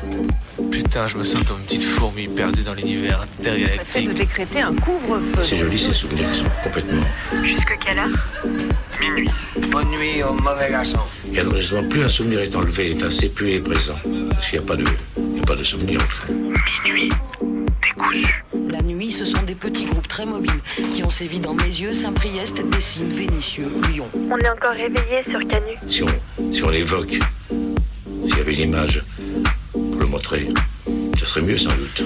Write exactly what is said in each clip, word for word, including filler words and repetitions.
Putain, je me sens comme une petite fourmi perdue dans l'univers intergalactique. De décréter un couvre-feu. C'est joli ces souvenirs qui sont complètement... Jusque quelle heure? Minuit. Bonne nuit au mauvais garçon. Et alors justement, plus un souvenir est enlevé, enfin, c'est plus il est présent. Parce qu'il n'y a pas de, il n'y a pas de souvenir au fond. Minuit. Décousu. La nuit, ce sont des petits groupes très mobiles qui ont sévi dans Mézieux, Saint-Priest, Dessines, Vénissieux, Lyon. On est encore réveillé sur Canu. Si on, si on l'évoque, s'il y avait une image pour le montrer, ça serait mieux sans doute.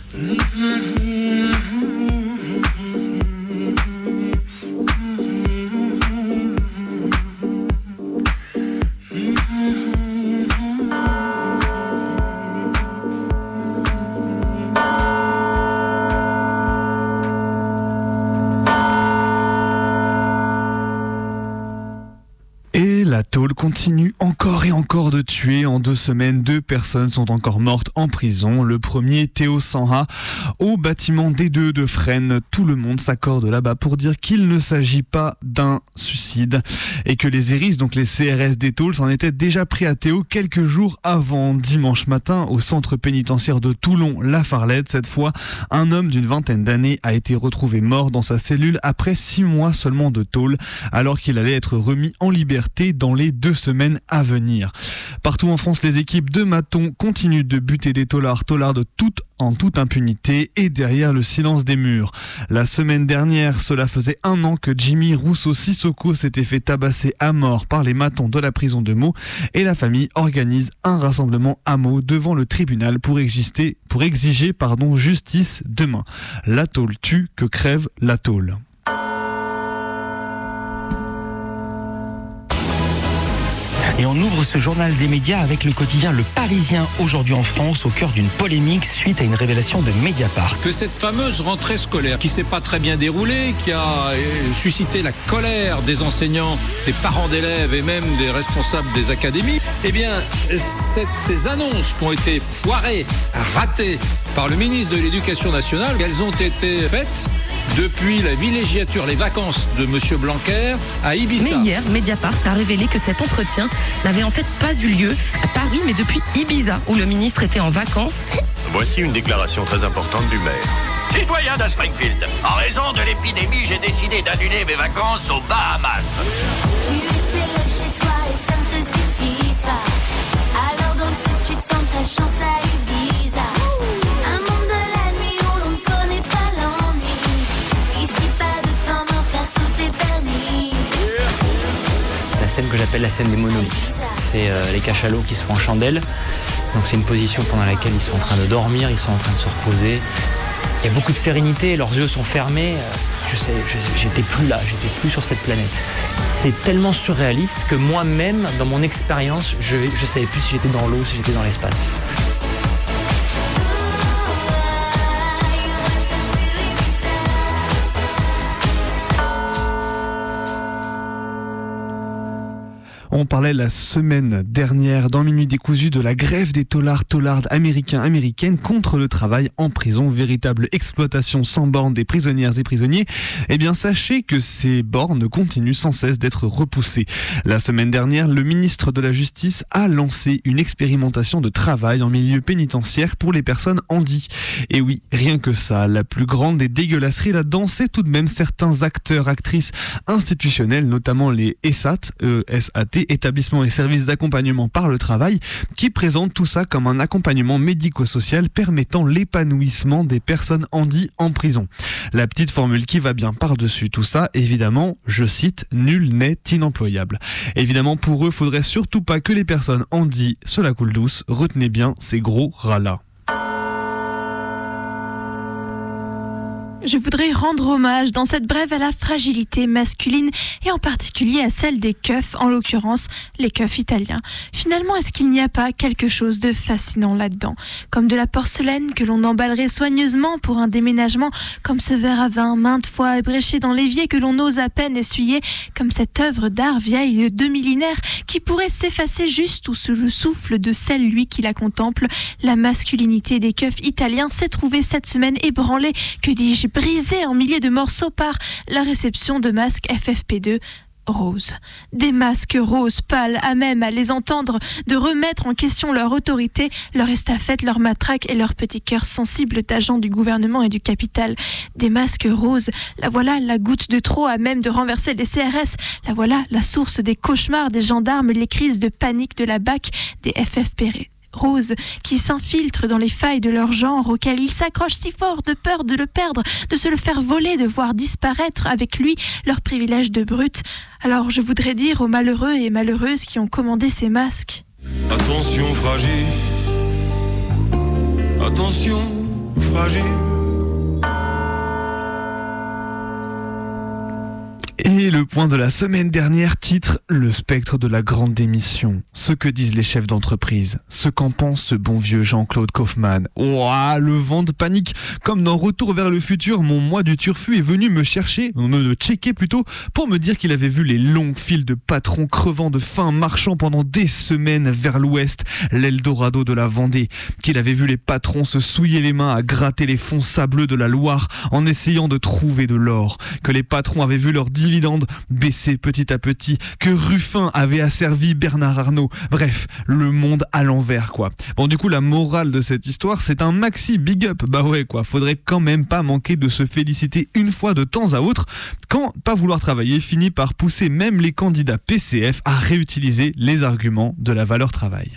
La tôle continue encore et encore de tuer. En deux semaines, deux personnes sont encore mortes en prison. Le premier, Théo Sanha, au bâtiment D deux de Fresnes. Tout le monde s'accorde là-bas pour dire qu'il ne s'agit pas d'un suicide et que les Eris, donc les C R S des tôles, s'en étaient déjà pris à Théo quelques jours avant. Dimanche matin, au centre pénitentiaire de Toulon-La Farlette, cette fois, un homme d'une vingtaine d'années a été retrouvé mort dans sa cellule après six mois seulement de tôle, alors qu'il allait être remis en liberté dans les deux semaines à venir. Partout en France, les équipes de Maton continuent de buter des taulards, taulards de toute, en toute impunité et derrière le silence des murs. La semaine dernière, cela faisait un an que Jimmy Rousseau-Sissoko s'était fait tabasser à mort par les matons de la prison de Meaux et la famille organise un rassemblement à Meaux devant le tribunal pour, exister, pour exiger pardon, justice demain. La tôle tue, que crève la tôle. Et on ouvre ce journal des médias avec le quotidien Le Parisien, aujourd'hui en France, au cœur d'une polémique suite à une révélation de Mediapart. Que cette fameuse rentrée scolaire, qui s'est pas très bien déroulée, qui a suscité la colère des enseignants, des parents d'élèves et même des responsables des académies, eh bien, cette, ces annonces qui ont été foirées, ratées par le ministre de l'Éducation nationale, elles ont été faites depuis la villégiature, les vacances de M. Blanquer à Ibiza. Mais hier, Mediapart a révélé que cet entretien n'avait en fait pas eu lieu à Paris, mais depuis Ibiza, où le ministre était en vacances. Voici une déclaration très importante du maire. Citoyen de Springfield, en raison de l'épidémie, j'ai décidé d'annuler mes vacances aux Bahamas. Tu célèbres chez toi et ça ne te suffit pas. Alors dans le sud, tu tentes ta chance à Ibiza. Un monde de la nuit où l'on ne connaît pas l'ennui. Ici, pas de temps mort car tout est permis. C'est la scène que j'appelle la scène des monolithes. C'est euh, les cachalots qui sont en chandelle. Donc c'est une position pendant laquelle ils sont en train de dormir, ils sont en train de se reposer. Il y a beaucoup de sérénité, leurs yeux sont fermés. Je sais, je, j'étais plus là, j'étais plus sur cette planète. C'est tellement surréaliste que moi-même, dans mon expérience, je ne savais plus si j'étais dans l'eau, si j'étais dans l'espace. On parlait la semaine dernière dans Minuit décousu de la grève des taulards taulardes américains américaines contre le travail en prison, véritable exploitation sans bornes des prisonnières et prisonniers. Eh bien, sachez que ces bornes continuent sans cesse d'être repoussées. La semaine dernière, le ministre de la Justice a lancé une expérimentation de travail en milieu pénitentiaire pour les personnes handies. Et oui, rien que ça, la plus grande des dégueulasseries là-dedans, c'est tout de même certains acteurs, actrices institutionnels, notamment les E S A T, E S A T, établissements et services d'accompagnement par le travail, qui présentent tout ça comme un accompagnement médico-social permettant l'épanouissement des personnes handies en prison. La petite formule qui va bien par-dessus tout ça, évidemment, je cite, nul n'est inemployable. Évidemment, pour eux, faudrait surtout pas que les personnes handies se la coulent douce. Retenez bien ces gros rats-là. Je voudrais rendre hommage dans cette brève à la fragilité masculine et en particulier à celle des keufs, en l'occurrence les keufs italiens. Finalement, est-ce qu'il n'y a pas quelque chose de fascinant là-dedans ? Comme de la porcelaine que l'on emballerait soigneusement pour un déménagement, comme ce verre à vin maintes fois ébréché dans l'évier que l'on ose à peine essuyer, comme cette œuvre d'art vieille de millénaires qui pourrait s'effacer juste ou sous le souffle de celle lui qui la contemple. La masculinité des keufs italiens s'est trouvée cette semaine ébranlée, que dis-je, brisé en milliers de morceaux par la réception de masques F F P deux roses. Des masques roses, pâles, à même à les entendre, de remettre en question leur autorité, leur estafette, leur matraque et leur petit cœur sensible d'agents du gouvernement et du capital. Des masques roses, la voilà la goutte de trop à même de renverser les C R S, la voilà la source des cauchemars des gendarmes, les crises de panique de la B A C, des F F P roses qui s'infiltrent dans les failles de leur genre auxquelles ils s'accrochent si fort de peur de le perdre, de se le faire voler, de voir disparaître avec lui leur privilège de brute. Alors je voudrais dire aux malheureux et malheureuses qui ont commandé ces masques: attention fragile, attention fragile. Et le point de la semaine dernière titre le spectre de la grande démission. Ce que disent les chefs d'entreprise. Ce qu'en pense ce bon vieux Jean-Claude Kaufmann. Ouah, le vent de panique. Comme dans Retour vers le futur, mon moi du turfu est venu me chercher, me checker plutôt, pour me dire qu'il avait vu les longues files de patrons crevant de faim marchant pendant des semaines vers l'ouest, l'Eldorado de la Vendée. Qu'il avait vu les patrons se souiller les mains à gratter les fonds sableux de la Loire en essayant de trouver de l'or. Que les patrons avaient vu leur dividendes baisser petit à petit, que Ruffin avait asservi Bernard Arnault. Bref, le monde à l'envers, quoi. Bon, du coup, la morale de cette histoire, c'est un maxi big up. Bah ouais, quoi. Faudrait quand même pas manquer de se féliciter une fois de temps à autre quand pas vouloir travailler finit par pousser même les candidats P C F à réutiliser les arguments de la valeur travail.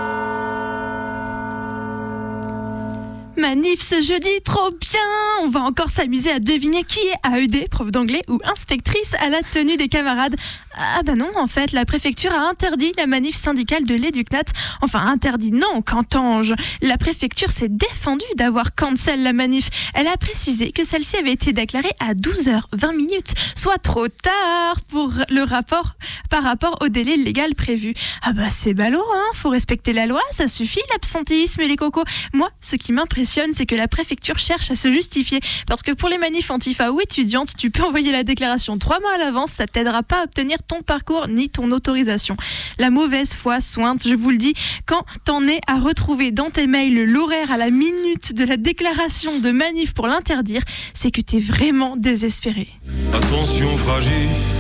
Manif ce jeudi, trop bien! On va encore s'amuser à deviner qui est A E D, prof d'anglais ou inspectrice à la tenue des camarades. Ah bah non, en fait, la préfecture a interdit la manif syndicale de l'Éducnat. Enfin, interdit, non, qu'entends-je? La préfecture s'est défendue d'avoir cancel la manif. Elle a précisé que celle-ci avait été déclarée à douze heures vingt minutes, soit trop tard pour le rapport, par rapport au délai légal prévu. Ah bah c'est ballot, hein, faut respecter la loi, ça suffit l'absentéisme et les cocos. Moi, ce qui m'impressionne, c'est que la préfecture cherche à se justifier. Parce que pour les manifs antifa ou étudiantes, tu peux envoyer la déclaration trois mois à l'avance, ça t'aidera pas à obtenir ton parcours ni ton autorisation. La mauvaise foi sointe, je vous le dis, quand t'en es à retrouver dans tes mails l'horaire à la minute de la déclaration de manif pour l'interdire, c'est que t'es vraiment désespéré. Attention fragile,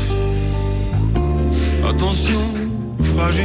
attention fragile.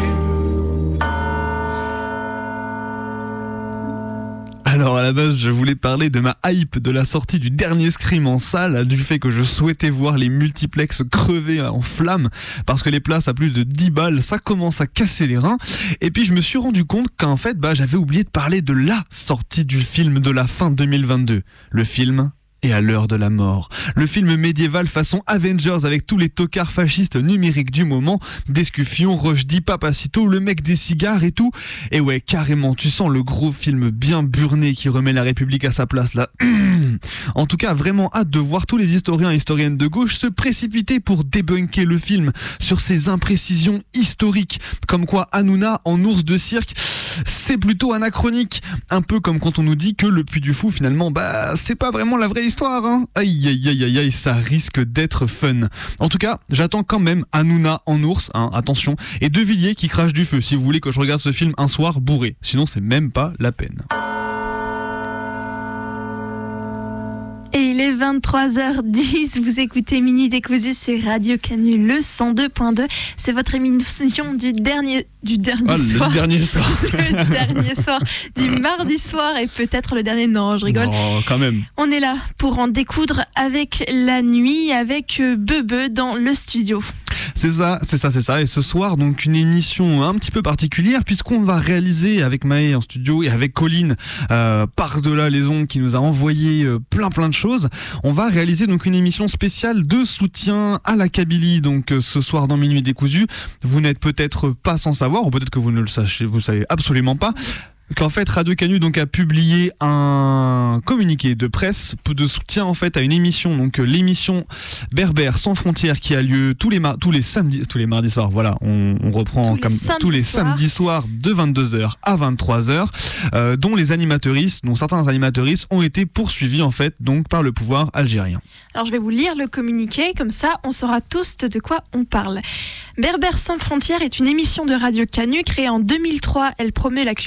Alors à la base je voulais parler de ma hype de la sortie du dernier Scream en salle, du fait que je souhaitais voir les multiplex crever en flammes parce que les places à plus de dix balles ça commence à casser les reins. Et puis je me suis rendu compte qu'en fait bah, j'avais oublié de parler de la sortie du film de la fin deux mille vingt-deux. Le film Et à l'heure de la mort. Le film médiéval façon Avengers avec tous les tocards fascistes numériques du moment, Descuffion, Rochdy, Papacito, le mec des cigares et tout. Et ouais, carrément, tu sens le gros film bien burné qui remet la République à sa place là. En tout cas, vraiment hâte de voir tous les historiens et historiennes de gauche se précipiter pour débunker le film sur ses imprécisions historiques. Comme quoi Hanouna en ours de cirque, c'est plutôt anachronique. Un peu comme quand on nous dit que le Puy du Fou finalement, bah c'est pas vraiment la vraie histoire, hein. Aïe aïe aïe aïe aïe, ça risque d'être fun. En tout cas, j'attends quand même Hanouna en ours, hein, attention, et De Villiers qui crache du feu si vous voulez que je regarde ce film un soir bourré. Sinon c'est même pas la peine. Et il est vingt-trois heures dix, vous écoutez Minuit décousu sur Radio Canu, le cent deux point deux. C'est votre émission du dernier, du dernier ah, soir. Le dernier soir. Le dernier soir du mardi soir et peut-être le dernier. Non, je rigole. Oh, quand même. On est là pour en découdre avec la nuit, avec Bebe dans le studio. C'est ça, c'est ça, c'est ça. Et ce soir, donc une émission un petit peu particulière puisqu'on va réaliser avec Maë en studio et avec Colline euh, par-delà les ondes qui nous a envoyé euh, plein plein de choses. On va réaliser donc une émission spéciale de soutien à la Kabylie. Donc euh, ce soir dans Minuit décousu, vous n'êtes peut-être pas sans savoir, ou peut-être que vous ne le sachez, vous savez absolument pas, qu'en fait Radio Canu donc a publié un communiqué de presse de soutien en fait à une émission, donc l'émission Berbère sans frontières qui a lieu tous les mar- tous les samedis tous les mardis soirs. Voilà, on, on reprend tous comme les tous les soirs. samedis soirs de vingt-deux heures à vingt-trois heures, euh, dont les animateuristes, dont certains animateuristes ont été poursuivis en fait donc par le pouvoir algérien. Alors je vais vous lire le communiqué, comme ça on saura tous de quoi on parle. Berbère sans frontières est une émission de Radio Canu créée en deux mille trois. Elle promeut la culture berbère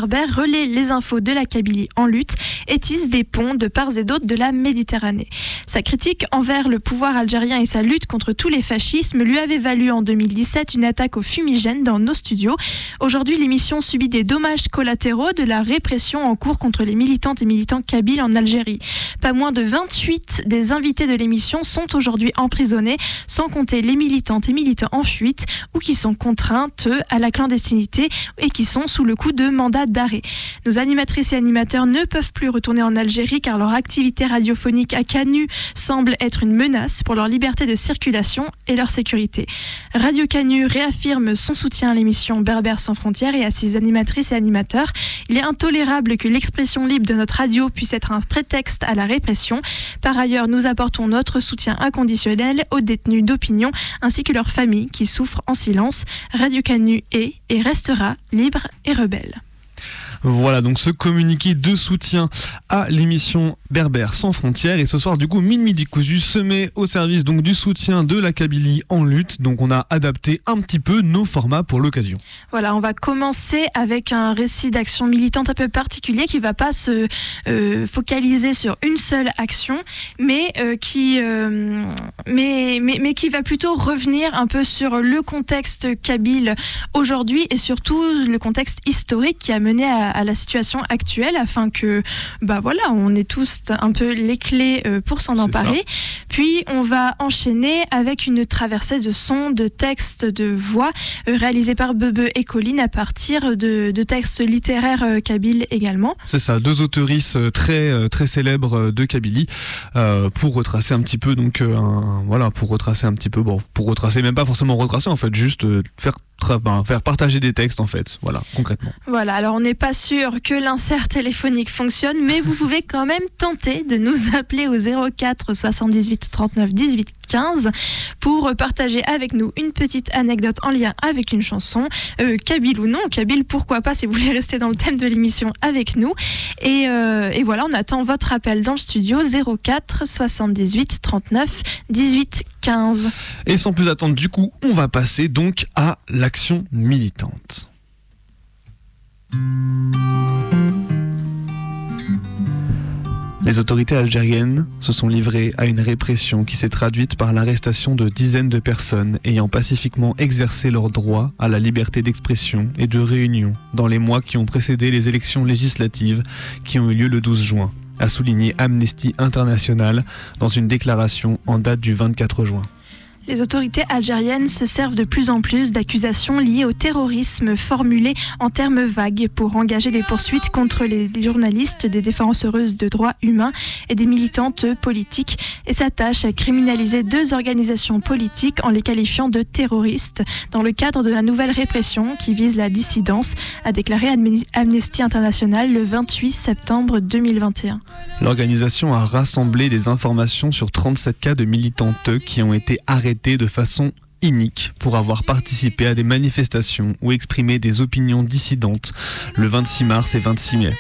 berbères relaie les infos de la Kabylie en lutte et tisse des ponts de part et d'autre de la Méditerranée. Sa critique envers le pouvoir algérien et sa lutte contre tous les fascismes lui avait valu en deux mille dix-sept une attaque au fumigène dans nos studios. Aujourd'hui, l'émission subit des dommages collatéraux de la répression en cours contre les militantes et militants kabyles en Algérie. Pas moins de vingt-huit des invités de l'émission sont aujourd'hui emprisonnés, sans compter les militantes et militants en fuite ou qui sont contraintes à la clandestinité et qui sont sous le coup de mandat d'arrêt. Nos animatrices et animateurs ne peuvent plus retourner en Algérie car leur activité radiophonique à Canu semble être une menace pour leur liberté de circulation et leur sécurité. Radio Canu réaffirme son soutien à l'émission Berbères sans frontières et à ses animatrices et animateurs. Il est intolérable que l'expression libre de notre radio puisse être un prétexte à la répression. Par ailleurs, nous apportons notre soutien inconditionnel aux détenus d'opinion ainsi que leurs familles qui souffrent en silence. Radio Canu est et restera libre et rebelle. Voilà donc ce communiqué de soutien à l'émission Berbères sans frontières. Et ce soir, du coup, Minuit décousu se met au service donc du soutien de la Kabylie en lutte. Donc on a adapté un petit peu nos formats pour l'occasion. Voilà, on va commencer avec un récit d'action militante un peu particulier qui ne va pas se euh, focaliser sur une seule action, mais, euh, qui, euh, mais, mais, mais qui va plutôt revenir un peu sur le contexte kabyle aujourd'hui et surtout le contexte historique qui a mené à à la situation actuelle afin que bah voilà, on ait tous un peu les clés pour s'en emparer. Puis on va enchaîner avec une traversée de sons, de textes, de voix réalisés par Bebe et Colline à partir de, de textes littéraires kabyles également. C'est ça, deux auteuristes très très célèbres de Kabylie euh, pour retracer un petit peu donc un, voilà pour retracer un petit peu bon pour retracer même pas forcément retracer en fait juste euh, faire Ben, faire partager des textes en fait, voilà, concrètement. Voilà, alors on n'est pas sûr que l'insert téléphonique fonctionne, mais vous pouvez quand même tenter de nous appeler au zéro quatre soixante-dix-huit trente-neuf dix-huit quinze pour partager avec nous une petite anecdote en lien avec une chanson, euh, kabyle ou non, kabyle pourquoi pas si vous voulez rester dans le thème de l'émission avec nous. Et, euh, et voilà, on attend votre appel dans le studio zéro quatre soixante-dix-huit trente-neuf dix-huit quinze. Et sans plus attendre, du coup, on va passer donc à l'action militante. Les autorités algériennes se sont livrées à une répression qui s'est traduite par l'arrestation de dizaines de personnes ayant pacifiquement exercé leur droit à la liberté d'expression et de réunion dans les mois qui ont précédé les élections législatives qui ont eu lieu le douze juin, a souligné Amnesty International dans une déclaration en date du vingt-quatre juin. Les autorités algériennes se servent de plus en plus d'accusations liées au terrorisme formulées en termes vagues pour engager des poursuites contre les journalistes, des défenseuses de droits humains et des militantes politiques et s'attachent à criminaliser deux organisations politiques en les qualifiant de terroristes dans le cadre de la nouvelle répression qui vise la dissidence, a déclaré Amnesty International le vingt-huit septembre deux mille vingt et un. L'organisation a rassemblé des informations sur trente-sept cas de militantes qui ont été arrêtés de façon inique pour avoir participé à des manifestations ou exprimé des opinions dissidentes le vingt-six mars et vingt-six mai.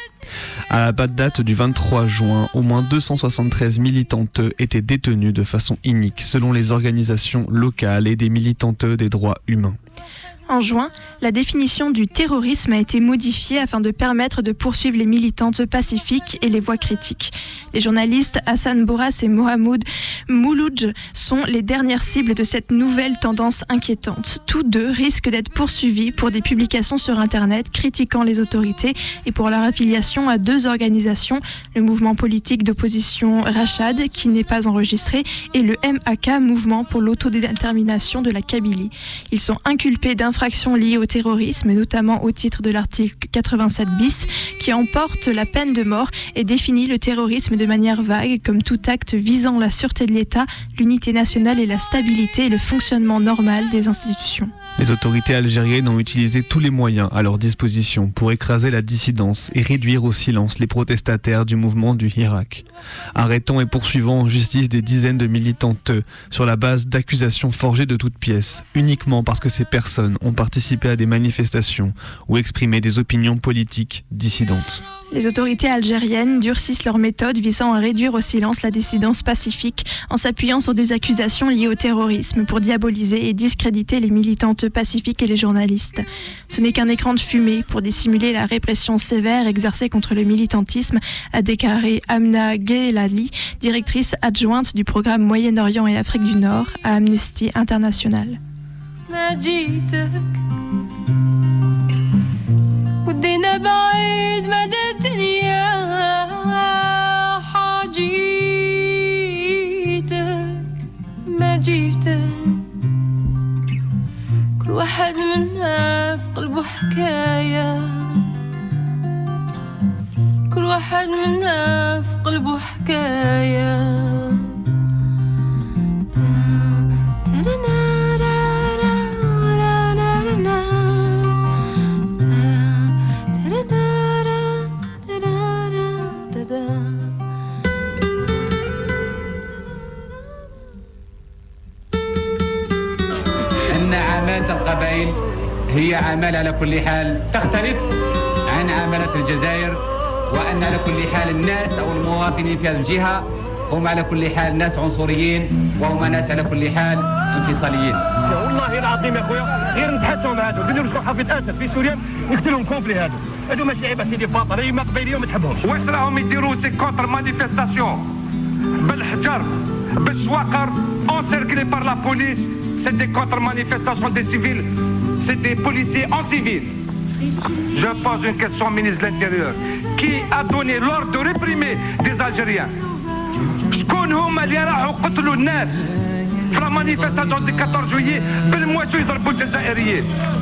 À la date du vingt-trois juin, au moins deux cent soixante-treize militantes étaient détenues de façon inique selon les organisations locales et des militantes des droits humains. En juin, la définition du terrorisme a été modifiée afin de permettre de poursuivre les militantes pacifiques et les voix critiques. Les journalistes Hassan Bourras et Mohamed Mouloudj sont les dernières cibles de cette nouvelle tendance inquiétante. Tous deux risquent d'être poursuivis pour des publications sur Internet critiquant les autorités et pour leur affiliation à deux organisations, le mouvement politique d'opposition Rachad, qui n'est pas enregistré, et le M A K, mouvement pour l'autodétermination de la Kabylie. Ils sont inculpés d'infractions liées au terrorisme, notamment au titre de l'article quatre-vingt-sept bis, qui emporte la peine de mort et définit le terrorisme de manière vague comme tout acte visant la sûreté de l'État, l'unité nationale et la stabilité et le fonctionnement normal des institutions. Les autorités algériennes ont utilisé tous les moyens à leur disposition pour écraser la dissidence et réduire au silence les protestataires du mouvement du Hirak, arrêtant et poursuivant en justice des dizaines de militantes sur la base d'accusations forgées de toutes pièces, uniquement parce que ces personnes ont participé à des manifestations ou exprimé des opinions politiques dissidentes. Les autorités algériennes durcissent leurs méthodes visant à réduire au silence la dissidence pacifique en s'appuyant sur des accusations liées au terrorisme pour diaboliser et discréditer les militantes manifestantes pacifiques et les journalistes. Ce n'est qu'un écran de fumée pour dissimuler la répression sévère exercée contre le militantisme, a déclaré Amna Ghelali, directrice adjointe du programme Moyen-Orient et Afrique du Nord à Amnesty International. ودينا بعيد مدى الدنيا حاجيتك ما جيتك كل واحد منا في قلبه حكاية كل واحد منا في قلبه حكاية أن عمالة القبائل هي عمالة على كل حال تختلف عن عمالة الجزائر، وأن على كل حال الناس أو المواطنين في هذه الجهة هم على كل حال ناس عنصريين، وهم ناس على كل حال انفصاليين. والله العظيم يا خويا غير نتحسهم هادو بنرجعوا حافظ اسد في سوريا نقتلهم كومبلي هادو هادو ماشي لعيبه سيدي فاطر ما قبيليه وما تحبهمش. واش راهم يديروا سي كونتر مانيفيستاسيون بالحجر بالشواقر انسيركلي بار لا بوليس. سي دي كونتر مانيفيستاسيون دي سيفيل، سي دي بوليسيي ان سيفيل. Je pose une question au ministre de l'Intérieur. Qui a donné l'ordre de réprimer des Algériens? شكون هما اللي راحوا قتلوا الناس في لا مانيفيستاسيون دي أربعة عشر جويي بالمواشو يضربوا الجزائريين؟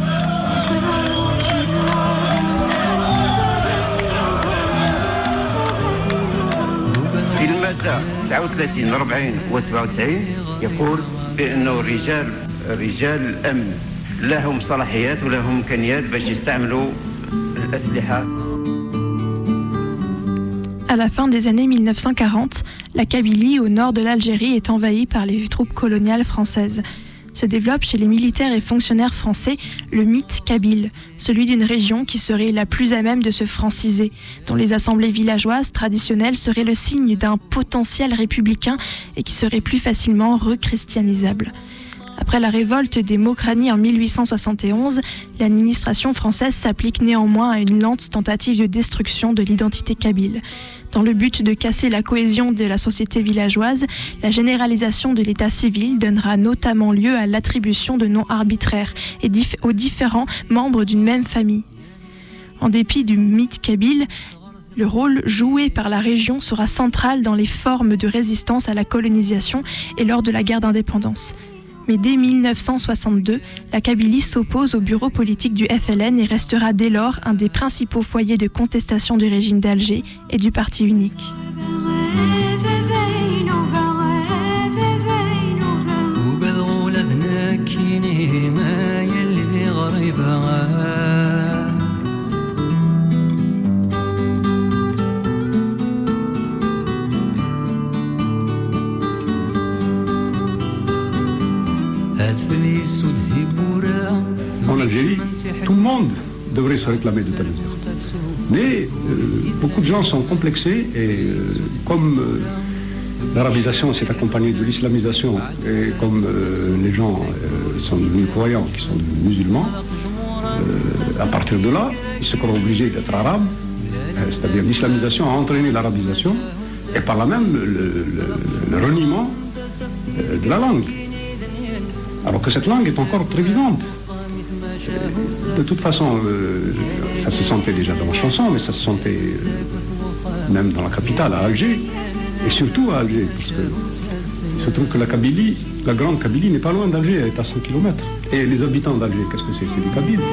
في المادة تسعة وثلاثين أربعين و سبعة وتسعين يقول بأنه الرجال رجال الأمن لهم صلاحيات ولهم إمكانيات باش يستعملوا الأسلحة. À la fin des années mille neuf cent quarante, la Kabylie, au nord de l'Algérie, est envahie par les troupes coloniales françaises. Se développe chez les militaires et fonctionnaires français le mythe kabyle, celui d'une région qui serait la plus à même de se franciser, dont les assemblées villageoises traditionnelles seraient le signe d'un potentiel républicain et qui serait plus facilement rechristianisable. Après la révolte des Mokrani en mille huit cent soixante et onze, l'administration française s'applique néanmoins à une lente tentative de destruction de l'identité kabyle. Dans le but de casser la cohésion de la société villageoise, la généralisation de l'état civil donnera notamment lieu à l'attribution de noms arbitraires et dif- aux différents membres d'une même famille. En dépit du mythe kabyle, le rôle joué par la région sera central dans les formes de résistance à la colonisation et lors de la guerre d'indépendance. Mais dès mille neuf cent soixante-deux, la Kabylie s'oppose au bureau politique du F L N et restera dès lors un des principaux foyers de contestation du régime d'Alger et du parti unique. En Algérie, tout le monde devrait se réclamer de telles mesures. Mais euh, beaucoup de gens sont complexés et euh, comme euh, l'arabisation s'est accompagnée de l'islamisation et comme euh, les gens euh, sont devenus croyants, qui sont devenus musulmans, euh, à partir de là, ils se croient obligés d'être arabes, euh, c'est-à-dire l'islamisation a entraîné l'arabisation et par là même le, le, le, le reniement euh, de la langue. Alors que cette langue est encore très vivante. De toute façon, euh, ça se sentait déjà dans ma chanson, mais ça se sentait euh, même dans la capitale, à Alger, et surtout à Alger, parce que il se trouve que la Kabylie, la grande Kabylie n'est pas loin d'Alger, elle est à cent kilomètres. Et les habitants d'Alger, qu'est-ce que c'est? C'est des Kabyles.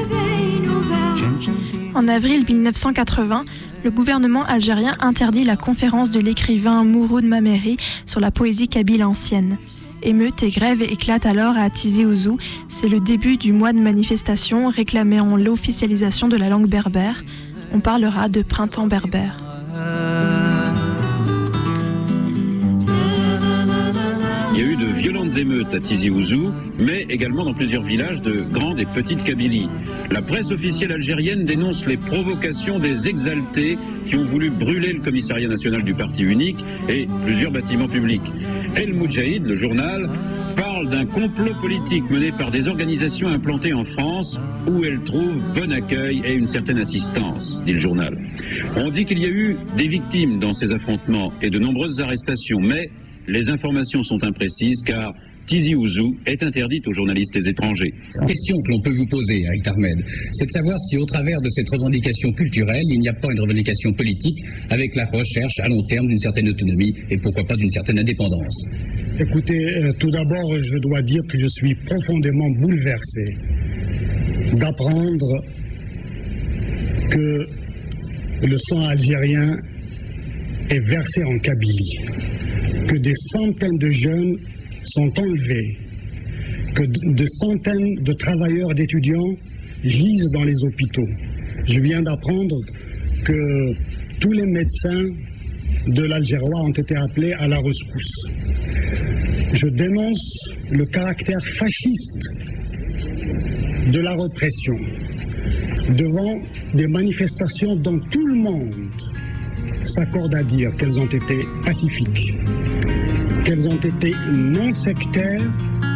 En avril mille neuf cent quatre-vingts, le gouvernement algérien interdit la conférence de l'écrivain Mouroud Mameri sur la poésie kabyle ancienne. Émeutes et grèves éclatent alors à Tizi Ouzou. C'est le début du mois de manifestation réclamant l'officialisation de la langue berbère. On parlera de printemps berbère. Il y a eu de violentes émeutes à Tizi Ouzou, mais également dans plusieurs villages de grande et petite Kabylie. La presse officielle algérienne dénonce les provocations des exaltés qui ont voulu brûler le commissariat national du parti unique et plusieurs bâtiments publics. El Moudjahid, le journal, parle parle d'un complot politique mené par des organisations implantées en France où elles trouvent bon accueil et une certaine assistance, dit le journal. On dit qu'il y a eu des victimes dans ces affrontements et de nombreuses arrestations, mais les informations sont imprécises car Tizi Ouzou est interdite aux journalistes étrangers. La question que l'on peut vous poser, Aït Ahmed, c'est de savoir si au travers de cette revendication culturelle, il n'y a pas une revendication politique avec la recherche à long terme d'une certaine autonomie et pourquoi pas d'une certaine indépendance. Écoutez, euh, tout d'abord, je dois dire que je suis profondément bouleversé d'apprendre que le sang algérien est versé en Kabylie, que des centaines de jeunes sont enlevés, que des centaines de travailleurs, d'étudiants gisent dans les hôpitaux. Je viens d'apprendre que tous les médecins de l'Algérois ont été appelés à la rescousse. Je dénonce le caractère fasciste de la répression devant des manifestations dont tout le monde s'accorde à dire qu'elles ont été pacifiques, qu'elles ont été non sectaires.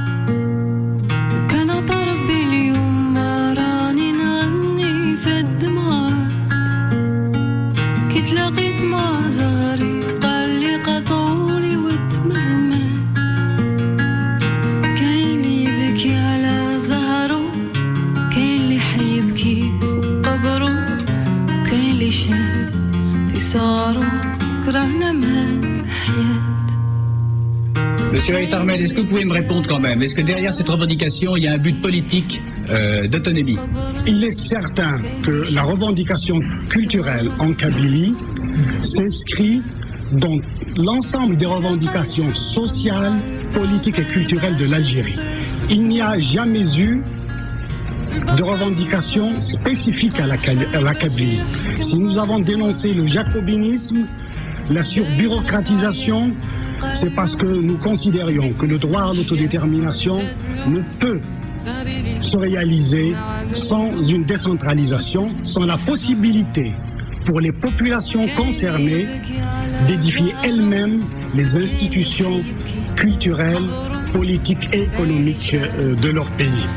Monsieur Aït Ahmed, est-ce que vous pouvez me répondre quand même? Est-ce que derrière cette revendication, il y a un but politique euh, d'autonomie? Il est certain que la revendication culturelle en Kabylie s'inscrit dans l'ensemble des revendications sociales, politiques et culturelles de l'Algérie. Il n'y a jamais eu de revendications spécifiques à la, à la Kabylie. Si nous avons dénoncé le jacobinisme, la surbureaucratisation, c'est parce que nous considérions que le droit à l'autodétermination ne peut se réaliser sans une décentralisation, sans la possibilité pour les populations concernées d'édifier elles-mêmes les institutions culturelles, politiques et économiques de leur pays.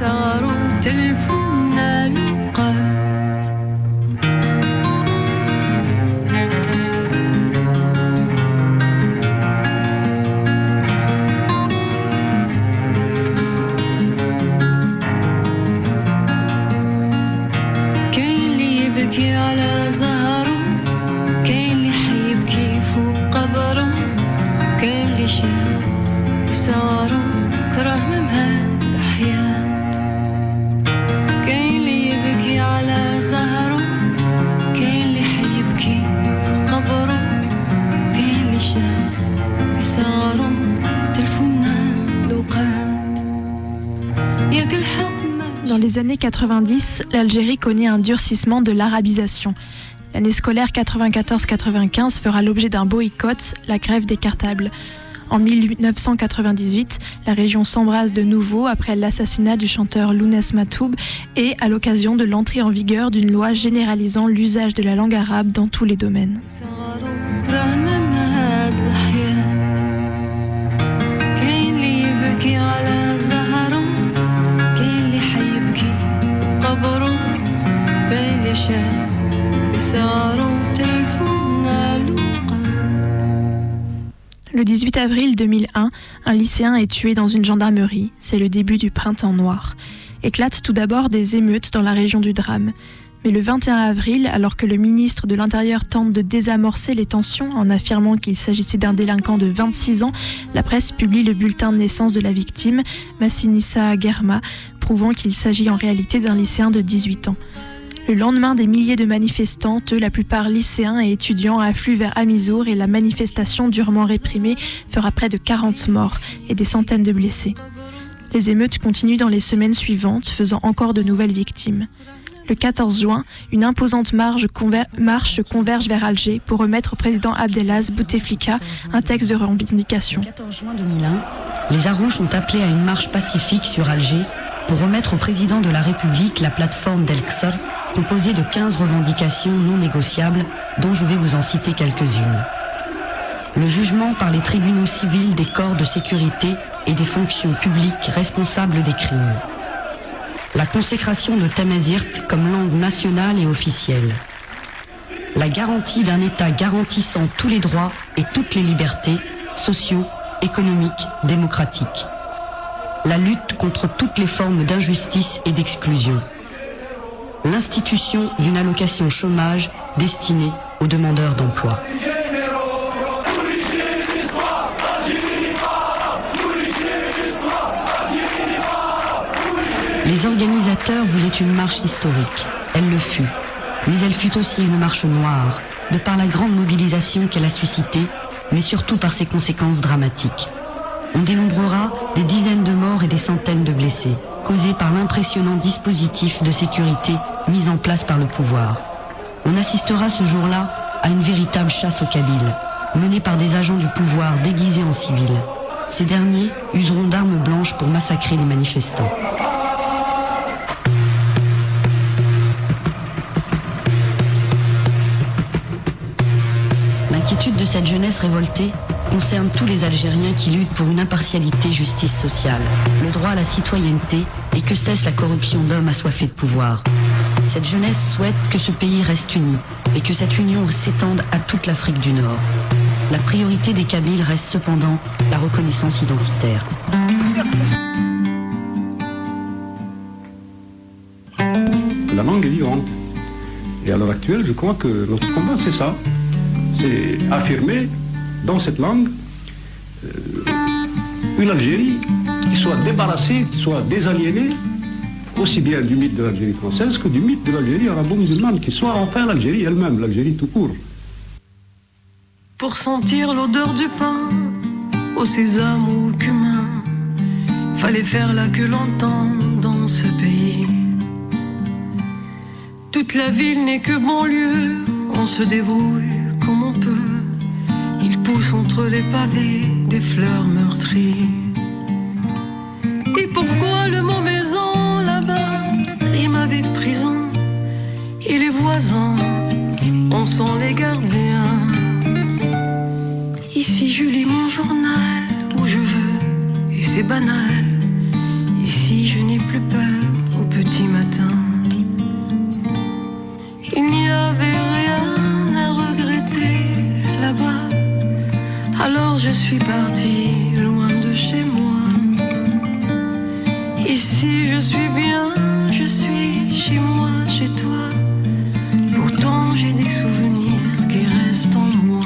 Dans les années quatre-vingt-dix, l'Algérie connaît un durcissement de l'arabisation. L'année scolaire quatre-vingt-quatorze quatre-vingt-quinze fera l'objet d'un boycott, la grève des cartables. En mille neuf cent quatre-vingt-dix-huit, la région s'embrase de nouveau après l'assassinat du chanteur Lounès Matoub et à l'occasion de l'entrée en vigueur d'une loi généralisant l'usage de la langue arabe dans tous les domaines. Le dix-huit avril deux mille un, un lycéen est tué dans une gendarmerie. C'est le début du printemps noir. Éclatent tout d'abord des émeutes dans la région du drame. Mais le vingt et un avril, alors que le ministre de l'Intérieur tente de désamorcer les tensions en affirmant qu'il s'agissait d'un délinquant de vingt-six ans, la presse publie le bulletin de naissance de la victime, Massinissa Germa, prouvant qu'il s'agit en réalité d'un lycéen de dix-huit ans. Le lendemain, des milliers de manifestantes, la plupart lycéens et étudiants, affluent vers Amizour et la manifestation durement réprimée fera près de quarante morts et des centaines de blessés. Les émeutes continuent dans les semaines suivantes, faisant encore de nouvelles victimes. Le quatorze juin, une imposante marche, conver- marche converge vers Alger pour remettre au président Abdelaziz Bouteflika un texte de revendication. Le quatorze juin deux mille un, les Jarouches ont appelé à une marche pacifique sur Alger pour remettre au président de la République la plateforme d'El-Qsar, composée de quinze revendications non négociables, dont je vais vous en citer quelques-unes. Le jugement par les tribunaux civils des corps de sécurité et des fonctions publiques responsables des crimes. La consécration de Tamazirt comme langue nationale et officielle. La garantie d'un État garantissant tous les droits et toutes les libertés sociaux, économiques, démocratiques. La lutte contre toutes les formes d'injustice et d'exclusion. L'institution d'une allocation chômage destinée aux demandeurs d'emploi. Les organisateurs voulaient une marche historique. Elle le fut. Mais elle fut aussi une marche noire, de par la grande mobilisation qu'elle a suscitée, mais surtout par ses conséquences dramatiques. On dénombrera des dizaines de morts et des centaines de blessés, causés par l'impressionnant dispositif de sécurité mis en place par le pouvoir. On assistera ce jour-là à une véritable chasse aux Kabyles, menée par des agents du pouvoir déguisés en civils. Ces derniers useront d'armes blanches pour massacrer les manifestants. L'inquiétude de cette jeunesse révoltée concerne tous les Algériens qui luttent pour une impartialité justice sociale, le droit à la citoyenneté et que cesse la corruption d'hommes assoiffés de pouvoir. Cette jeunesse souhaite que ce pays reste uni et que cette union s'étende à toute l'Afrique du Nord. La priorité des Kabyles reste cependant la reconnaissance identitaire. La langue est vivante. Et à l'heure actuelle, je crois que notre combat, c'est ça. C'est affirmer dans cette langue euh, une Algérie qui soit débarrassée, qui soit désaliénée, aussi bien du mythe de l'Algérie française que du mythe de l'Algérie arabo-musulmane, qui soit enfin l'Algérie elle-même, l'Algérie tout court. Pour sentir l'odeur du pain, au sésame ou au cumin, fallait faire la queue longtemps dans ce pays. Toute la ville n'est que banlieue, on se débrouille comme on peut. Il pousse entre les pavés des fleurs meurtries. Et pourquoi le mot maison là-bas rime avec prison? Et les voisins, on sent les gardiens. Ici je lis mon journal où je veux, et c'est banal. Ici je n'ai plus peur au petit matin. Il n'y avait rien à regretter là-bas. Alors je suis partie loin de chez moi. Ici je suis bien, je suis chez moi, chez toi. Pourtant j'ai des souvenirs qui restent en moi.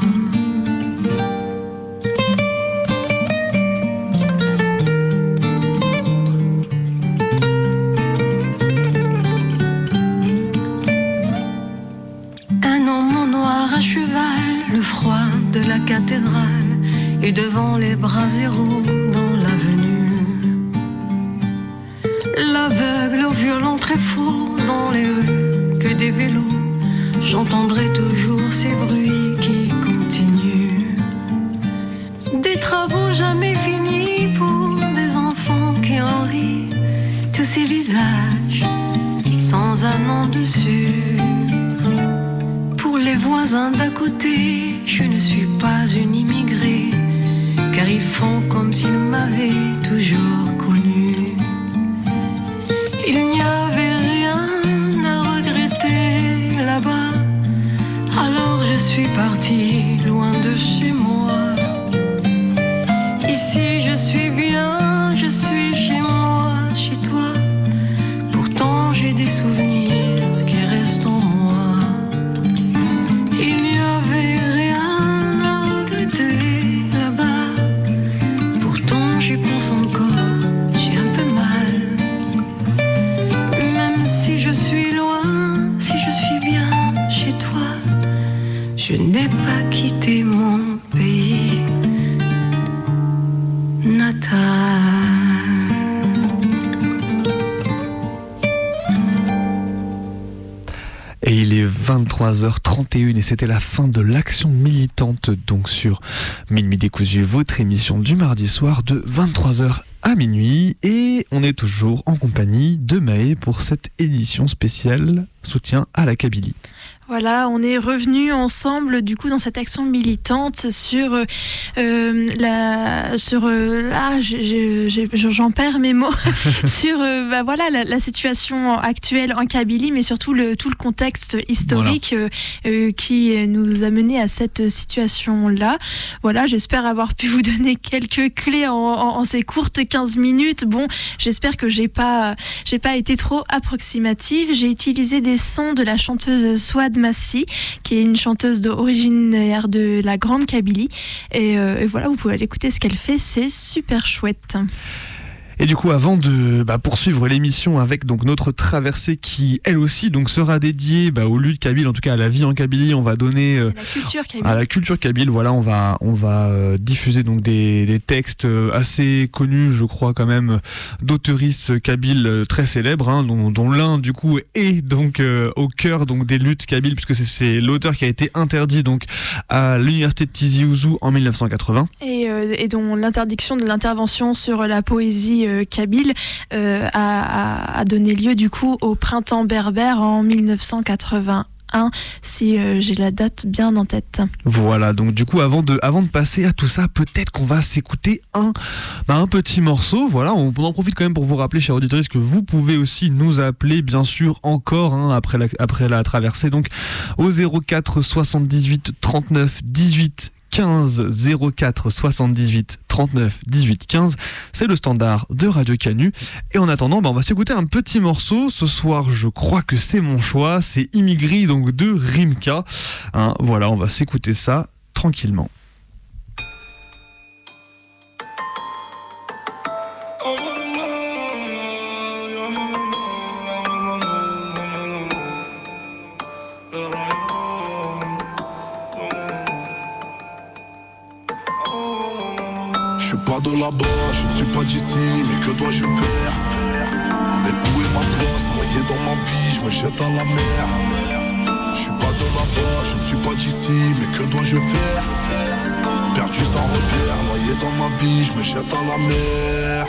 Un homme noir à cheval, le froid de la cathédrale, et devant les bras zéro dans l'avenue. L'aveugle au violon très faux dans les rues, que des vélos, j'entendrai toujours ces bruits qui continuent. Des travaux jamais finis pour des enfants qui en rient, tous ces visages sans un nom dessus. Pour les voisins d'à côté, je ne suis pas une immigrée, car ils font comme s'ils m'avaient toujours connue. Il n'y avait rien à regretter là-bas, alors je suis partie loin de chez moi. Ici je suis bien, je suis chez moi, chez toi. Pourtant j'ai des souvenirs qui restent en moi. Il n'y avait rien à regretter là-bas. Pourtant j'y pense encore, j'ai un peu mal. Même si je suis loin, si je suis bien chez toi, je n'ai pas quitté mon pays natal. Et il est vingt-trois heures trente et une et c'était la fin de l'action militante donc sur Minuit décousu, votre émission du mardi soir de vingt-trois heures à minuit. Et on est toujours en compagnie de Maë pour cette édition spéciale soutien à la Kabylie. Voilà, on est revenus ensemble du coup dans cette action militante sur euh, la sur euh, ah j'ai, j'ai, j'en perds mes mots sur euh, bah voilà la, la situation actuelle en Kabylie, mais surtout le tout le contexte historique voilà. euh, euh, qui nous a mené à cette situation là. Voilà, j'espère avoir pu vous donner quelques clés en, en, en ces courtes quinze minutes. Bon, j'espère que j'ai pas j'ai pas été trop approximative. J'ai utilisé des sons de la chanteuse Souad Massi, qui est une chanteuse originaire de la Grande Kabylie. Et, euh, et voilà, vous pouvez aller écouter ce qu'elle fait, c'est super chouette. Et du coup, avant de bah, poursuivre l'émission avec donc notre traversée qui, elle aussi, donc sera dédiée bah, aux luttes kabyles, en tout cas à la vie en Kabylie, on va donner euh, la culture kabyle. à la culture kabyle. Voilà, on va on va euh, diffuser donc des, des textes assez connus, je crois quand même, d'auteuristes kabyles très célèbres, hein, dont, dont l'un du coup est donc euh, au cœur donc des luttes kabyles, puisque c'est, c'est l'auteur qui a été interdit donc à l'université de Tizi Ouzou en dix-neuf cent quatre-vingts. Et, euh, et dont l'interdiction de l'intervention sur la poésie euh, kabyle euh, a, a donné lieu du coup au printemps berbère en dix-neuf cent quatre-vingt-un, si euh, j'ai la date bien en tête. Voilà, donc du coup avant de, avant de passer à tout ça, peut-être qu'on va s'écouter un, bah, un petit morceau. Voilà, on, on en profite quand même pour vous rappeler, chers auditeurs, que vous pouvez aussi nous appeler bien sûr encore hein, après, la, après la traversée, donc au zéro quatre soixante-dix-huit trente-neuf dix-huit quinze zéro quatre soixante-dix-huit trente-neuf dix-huit quinze, c'est le standard de Radio Canu. Et en attendant, bah on va s'écouter un petit morceau. Ce soir, je crois que c'est mon choix, c'est Immigré donc de Rimka. Hein, voilà, on va s'écouter ça tranquillement. Je suis pas de là-bas, je ne suis pas d'ici, mais que dois-je faire? Mais où est ma place? Noyé dans ma vie, je me jette à la mer. Je suis pas de là-bas, je ne suis pas d'ici, mais que dois-je faire? Perdu sans repère, noyé dans ma vie, je me jette à la mer.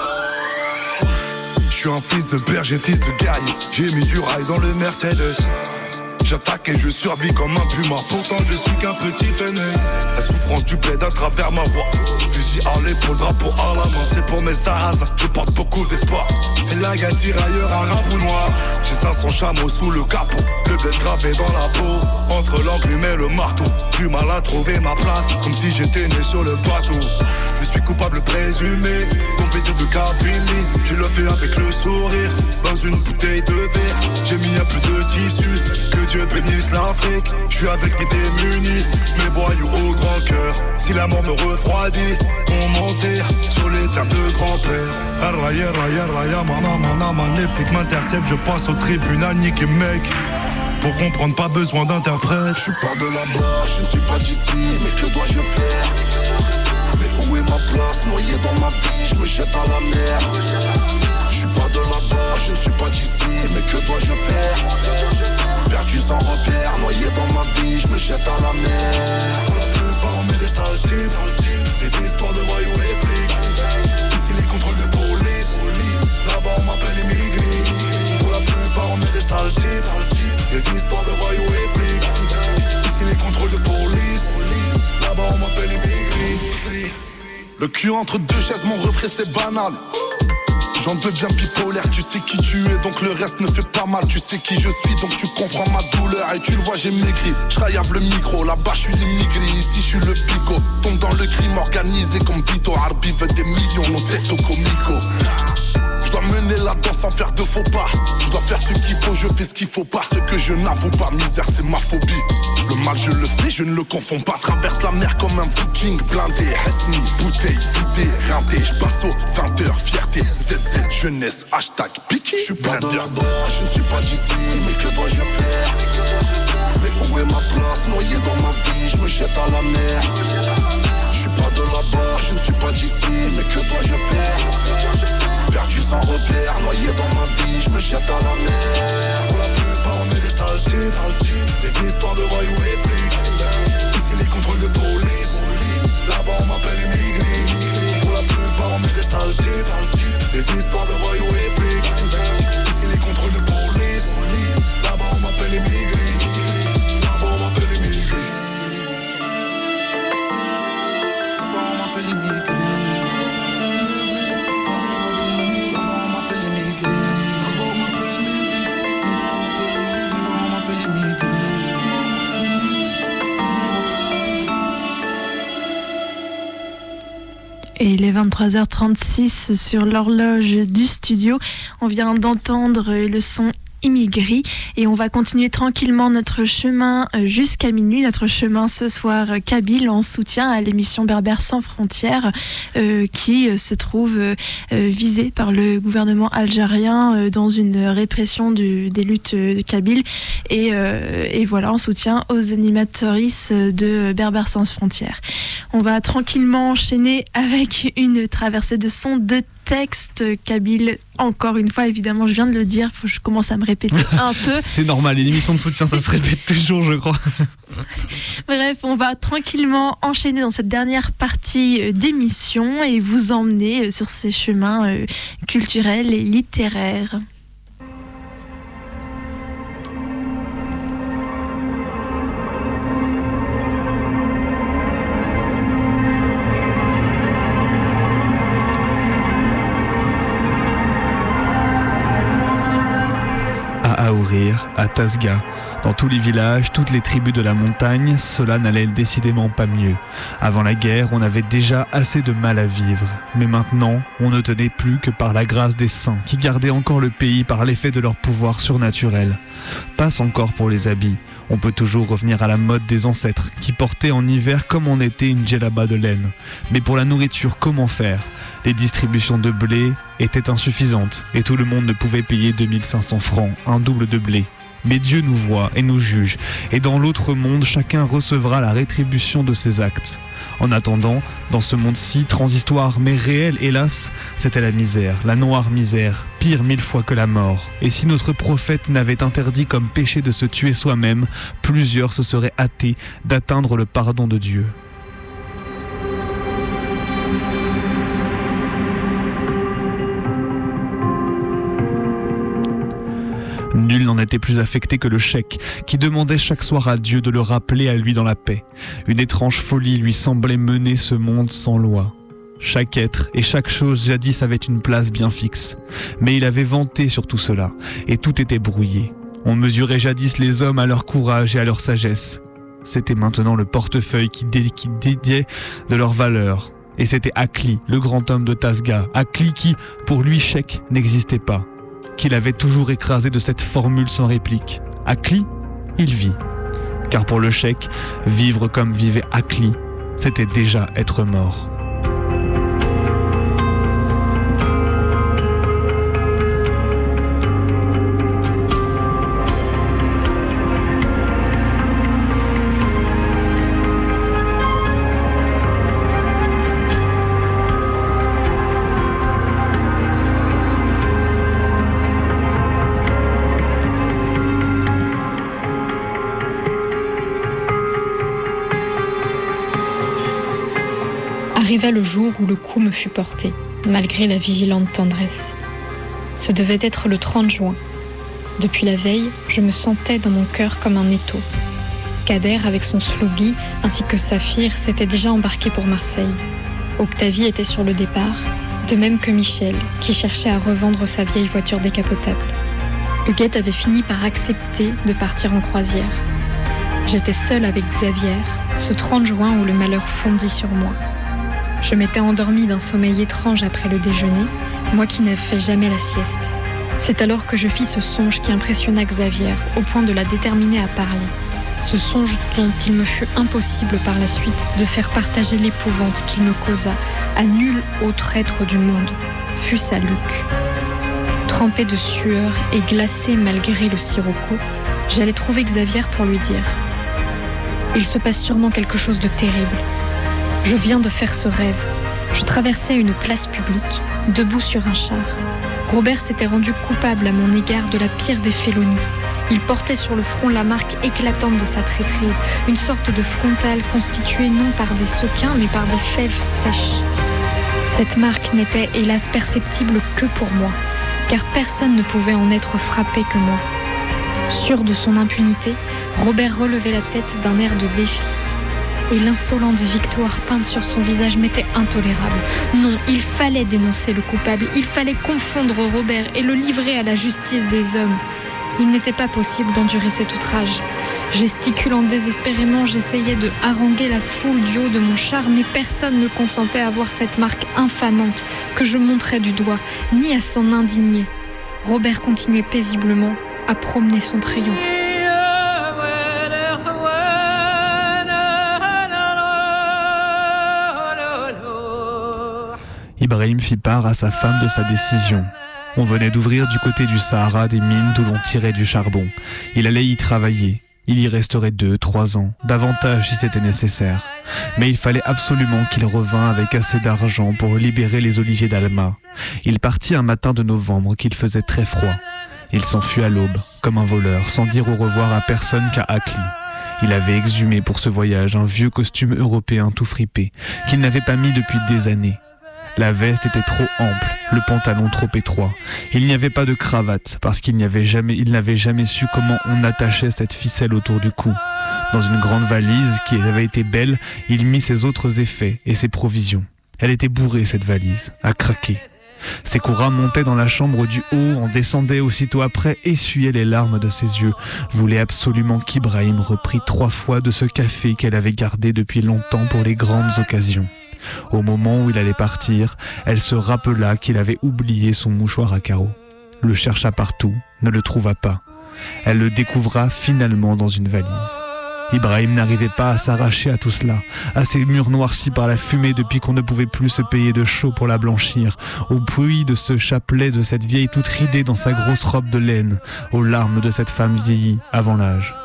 Je suis un fils de berger, fils de guerrier, j'ai mis du rail dans le Mercedes. J'attaque et je survis comme un puma, pourtant je suis qu'un petit fainéant. La souffrance du bled à travers ma voix, fusil à l'épaule, drapeau à la main, c'est pour mes sarrasins, je porte beaucoup d'espoir. Et la gare tirailleur, un rabou noir, j'ai cinq cents chameaux sous le capot, le bled gravé dans la peau, entre l'enclume et le marteau, du mal à trouver ma place, comme si j'étais né sur le bateau. Je suis coupable présumé, complété de Kabylie. Je le fais avec le sourire, dans une bouteille de verre. J'ai mis un peu de tissu, que Dieu bénisse l'Afrique. Je suis avec mes démunis, mes voyous au grand cœur. Si la mort me refroidit, on m'enterre sur les terres de grand-père. Raya, raya, raya, mana, mana, magnifique m'intercepte. Je passe au tribunal, niqué mec. Pour comprendre, pas besoin d'interprète. Je suis pas de là-bas, je ne suis pas d'ici, mais que dois-je faire? Où est ma place? Noyé dans ma vie, je me jette à la mer. Je suis pas de là-bas, je ne suis pas d'ici, mais que dois-je faire? Perdu sans repère, noyé dans ma vie, je me jette à la mer. Pour la plupart on est des sales types, des histoires de voyous et flics. Ici les contrôles de police, là-bas on m'appelle immigré. Pour la plupart on est des sales types, des histoires de voyous et flics. Ici les contrôles de police, là-bas on m'appelle immigré. Le cul entre deux chaises, mon refrain c'est banal. J'en deviens bipolaire, tu sais qui tu es, donc le reste ne fait pas mal. Tu sais qui je suis, donc tu comprends ma douleur. Et tu le vois, j'ai maigri, j'raillave le micro. Là-bas je suis l'immigré, ici je suis le pico. Tombe dans le crime organisé comme Vito. Arbi veut des millions, nos têtes au comico. Je dois mener la danse sans faire de faux pas. Je dois faire ce qu'il faut, je fais ce qu'il faut pas. Ce que je n'avoue pas, misère c'est ma phobie. Le mal je le fais, je ne le confonds pas. Traverse la mer comme un viking blindé. Resmi, bouteille, vidée, rindé. Je passe aux vingt heures, fierté, Z Z, jeunesse, hashtag piqué. Je suis pas de là-bas, je ne suis pas d'ici, mais que dois-je faire? Mais où est ma place? Noyé dans ma vie, je me jette à la mer. Je suis pas de là-bas, je ne suis pas d'ici, mais que dois-je faire? Perdu sans repère, noyé dans ma vie, je me jette à la mer. Pour la plupart on est des sales types, des histoires de voyous et flics. Ici les contrôles de police, là-bas on m'appelle immigré. Pour la plupart on est des sales types, des histoires de voyous et flics. Ici les contrôles de police, là-bas on m'appelle immigré. Et il est vingt-trois heures trente-six sur l'horloge du studio. On vient d'entendre le son Immigré et on va continuer tranquillement notre chemin jusqu'à minuit, notre chemin ce soir kabyle en soutien à l'émission Berbères sans frontières euh, qui se trouve euh, visée par le gouvernement algérien euh, dans une répression du, des luttes de Kabyle et, euh, et voilà, en soutien aux animatrices de Berbères sans frontières. On va tranquillement enchaîner avec une traversée de sons de texte kabyle, encore une fois, évidemment, je viens de le dire, faut que je commence à me répéter un peu. C'est normal, une émission de soutien, ça se répète toujours, je crois. Bref, on va tranquillement enchaîner dans cette dernière partie d'émission et vous emmener sur ces chemins culturels et littéraires. À Aourir, à Tasga, dans tous les villages, toutes les tribus de la montagne, cela n'allait décidément pas mieux. Avant la guerre, on avait déjà assez de mal à vivre. Mais maintenant, on ne tenait plus que par la grâce des saints, qui gardaient encore le pays par l'effet de leur pouvoir surnaturel. Passe encore pour les habits. On peut toujours revenir à la mode des ancêtres, qui portaient en hiver comme en été une djellaba de laine. Mais pour la nourriture, comment faire ? Les distributions de blé étaient insuffisantes, et tout le monde ne pouvait payer deux mille cinq cents francs, un double de blé. Mais Dieu nous voit et nous juge, et dans l'autre monde, chacun recevra la rétribution de ses actes. En attendant, dans ce monde-ci, transitoire mais réel, hélas, c'était la misère, la noire misère, pire mille fois que la mort. Et si notre prophète n'avait interdit comme péché de se tuer soi-même, plusieurs se seraient hâtés d'atteindre le pardon de Dieu. Nul n'en était plus affecté que le cheikh, qui demandait chaque soir à Dieu de le rappeler à lui dans la paix. Une étrange folie lui semblait mener ce monde sans loi. Chaque être et chaque chose jadis avait une place bien fixe. Mais il avait vanté sur tout cela, et tout était brouillé. On mesurait jadis les hommes à leur courage et à leur sagesse. C'était maintenant le portefeuille qui, dé- qui dédiait de leur valeur. Et c'était Akli, le grand homme de Tasga, Akli qui, pour lui, cheikh n'existait pas, qu'il avait toujours écrasé de cette formule sans réplique. Akli, il vit. Car pour le cheikh, vivre comme vivait Akli, c'était déjà être mort. Arriva le jour où le coup me fut porté, malgré la vigilante tendresse. Ce devait être le trente juin. Depuis la veille, je me sentais dans mon cœur comme un étau. Kader, avec son slougui, ainsi que Saphir, s'étaient déjà embarqués pour Marseille. Octavie était sur le départ, de même que Michel, qui cherchait à revendre sa vieille voiture décapotable. Huguette avait fini par accepter de partir en croisière. J'étais seule avec Xavier, ce trente juin où le malheur fondit sur moi. Je m'étais endormie d'un sommeil étrange après le déjeuner, moi qui n'avais fait jamais la sieste. C'est alors que je fis ce songe qui impressionna Xavier, au point de la déterminer à parler. Ce songe dont il me fut impossible par la suite de faire partager l'épouvante qu'il me causa à nul autre être du monde, fût-ce à Luc. Trempée de sueur et glacée malgré le sirocco, j'allais trouver Xavier pour lui dire « Il se passe sûrement quelque chose de terrible. Je viens de faire ce rêve. Je traversais une place publique, debout sur un char. Robert s'était rendu coupable à mon égard de la pire des félonies. Il portait sur le front la marque éclatante de sa traîtrise, une sorte de frontale constituée non par des sequins, mais par des fèves sèches. Cette marque n'était hélas perceptible que pour moi, car personne ne pouvait en être frappé que moi. Sûr de son impunité, Robert relevait la tête d'un air de défi. Et l'insolente victoire peinte sur son visage m'était intolérable. Non, il fallait dénoncer le coupable, il fallait confondre Robert et le livrer à la justice des hommes. Il n'était pas possible d'endurer cet outrage. Gesticulant désespérément, j'essayais de haranguer la foule du haut de mon char, mais personne ne consentait à voir cette marque infamante que je montrais du doigt, ni à s'en indigner. Robert continuait paisiblement à promener son triomphe. Ibrahim fit part à sa femme de sa décision. On venait d'ouvrir du côté du Sahara des mines d'où l'on tirait du charbon. Il allait y travailler. Il y resterait deux, trois ans, davantage si c'était nécessaire. Mais il fallait absolument qu'il revînt avec assez d'argent pour libérer les oliviers d'Alma. Il partit un matin de novembre qu'il faisait très froid. Il s'enfuit à l'aube, comme un voleur, sans dire au revoir à personne qu'à Akli. Il avait exhumé pour ce voyage un vieux costume européen tout fripé, qu'il n'avait pas mis depuis des années. La veste était trop ample, le pantalon trop étroit. Il n'y avait pas de cravate, parce qu'il n'y avait jamais, il n'avait jamais su comment on attachait cette ficelle autour du cou. Dans une grande valise, qui avait été belle, il mit ses autres effets et ses provisions. Elle était bourrée, cette valise, à craquer. Sekura montait dans la chambre du haut, en descendait aussitôt après, essuyait les larmes de ses yeux, voulait absolument qu'Ibrahim reprît trois fois de ce café qu'elle avait gardé depuis longtemps pour les grandes occasions. Au moment où il allait partir, elle se rappela qu'il avait oublié son mouchoir à carreaux. Le chercha partout, ne le trouva pas. Elle le découvra finalement dans une valise. Ibrahim n'arrivait pas à s'arracher à tout cela, à ces murs noircis par la fumée depuis qu'on ne pouvait plus se payer de chaud pour la blanchir, au bruit de ce chapelet de cette vieille toute ridée dans sa grosse robe de laine, aux larmes de cette femme vieillie avant l'âge.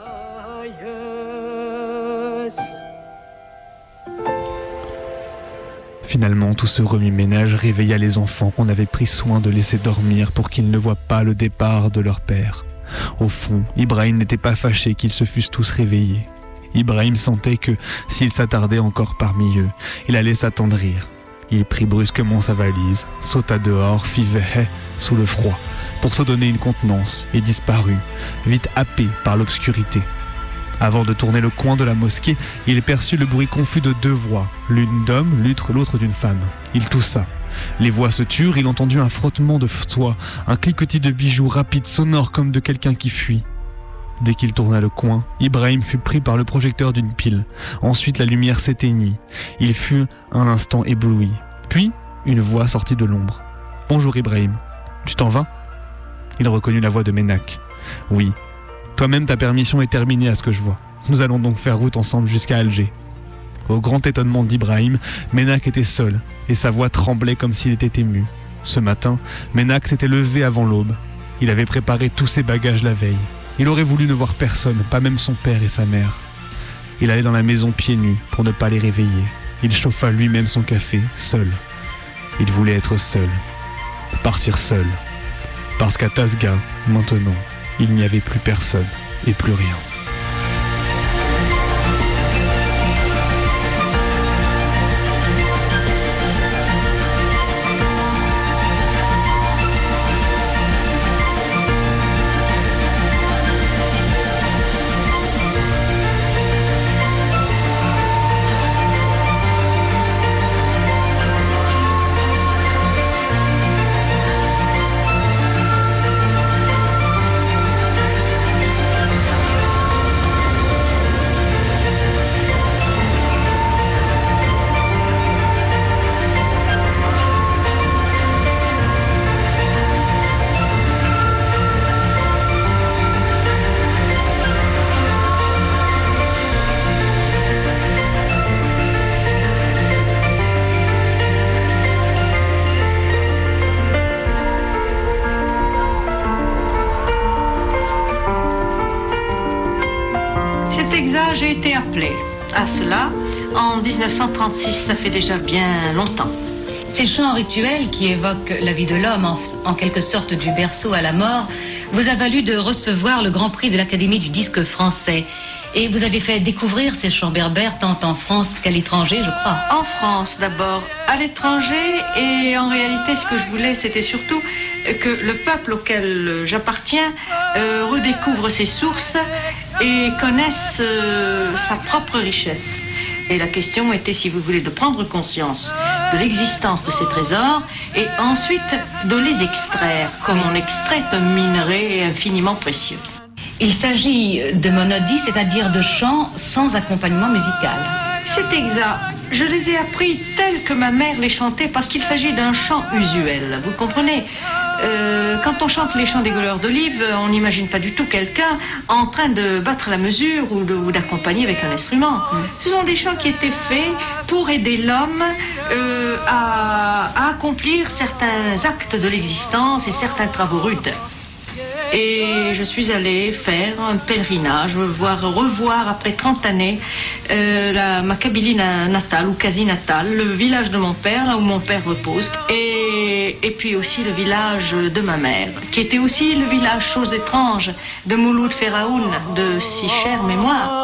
Finalement, tout ce remue-ménage réveilla les enfants qu'on avait pris soin de laisser dormir pour qu'ils ne voient pas le départ de leur père. Au fond, Ibrahim n'était pas fâché qu'ils se fussent tous réveillés. Ibrahim sentait que, s'il s'attardait encore parmi eux, il allait s'attendrir. Il prit brusquement sa valise, sauta dehors, fit véhé sous le froid, pour se donner une contenance, et disparut, vite happé par l'obscurité. Avant de tourner le coin de la mosquée, il perçut le bruit confus de deux voix, l'une d'homme, l'autre d'une femme. Il toussa. Les voix se turent, il entendit un frottement de soie, un cliquetis de bijoux rapide, sonore comme de quelqu'un qui fuit. Dès qu'il tourna le coin, Ibrahim fut pris par le projecteur d'une pile. Ensuite, la lumière s'éteignit. Il fut un instant ébloui. Puis, une voix sortit de l'ombre. « Bonjour Ibrahim, tu t'en vas ?» Il reconnut la voix de Ménac. « Oui. Toi-même, ta permission est terminée à ce que je vois. Nous allons donc faire route ensemble jusqu'à Alger. » Au grand étonnement d'Ibrahim, Ménac était seul, et sa voix tremblait comme s'il était ému. Ce matin, Ménac s'était levé avant l'aube. Il avait préparé tous ses bagages la veille. Il aurait voulu ne voir personne, pas même son père et sa mère. Il allait dans la maison pieds nus pour ne pas les réveiller. Il chauffa lui-même son café, seul. Il voulait être seul. Partir seul. Parce qu'à Tasga, maintenant, il n'y avait plus personne et plus rien. J'ai été appelé à cela en dix-neuf cent trente-six, ça fait déjà bien longtemps. Ces chants rituels qui évoquent la vie de l'homme, en, en quelque sorte du berceau à la mort, vous a valu de recevoir le Grand Prix de l'Académie du disque français. Et vous avez fait découvrir ces chants berbères tant en France qu'à l'étranger, je crois. En France d'abord, à l'étranger, et en réalité ce que je voulais c'était surtout que le peuple auquel j'appartiens euh, redécouvre ses sources et connaisse euh, sa propre richesse. Et la question était, si vous voulez, de prendre conscience de l'existence de ces trésors et ensuite de les extraire, comme on extrait un minerai infiniment précieux. Il s'agit de monodies, c'est-à-dire de chants sans accompagnement musical. C'est exact. Je les ai appris tels que ma mère les chantait parce qu'il s'agit d'un chant usuel. Vous comprenez ? Euh, quand on chante les chants des gauleurs d'olive, on n'imagine pas du tout quelqu'un en train de battre la mesure ou, de, ou d'accompagner avec un instrument. Ce sont des chants qui étaient faits pour aider l'homme euh, à, à accomplir certains actes de l'existence et certains travaux rudes. Et je suis allée faire un pèlerinage, voir, revoir après trente années euh, la, ma Kabylie natale ou quasi natale, le village de mon père, là où mon père repose, et, et puis aussi le village de ma mère, qui était aussi le village, chose étrange, de Mouloud Feraoun, de si chère mémoire.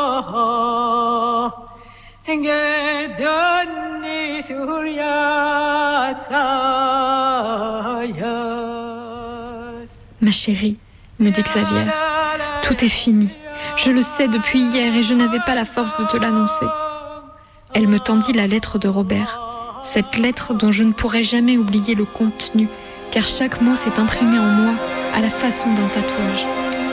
Ma chérie, me dit Xavier, tout est fini. Je le sais depuis hier et je n'avais pas la force de te l'annoncer. Elle me tendit la lettre de Robert, cette lettre dont je ne pourrai jamais oublier le contenu, car chaque mot s'est imprimé en moi à la façon d'un tatouage.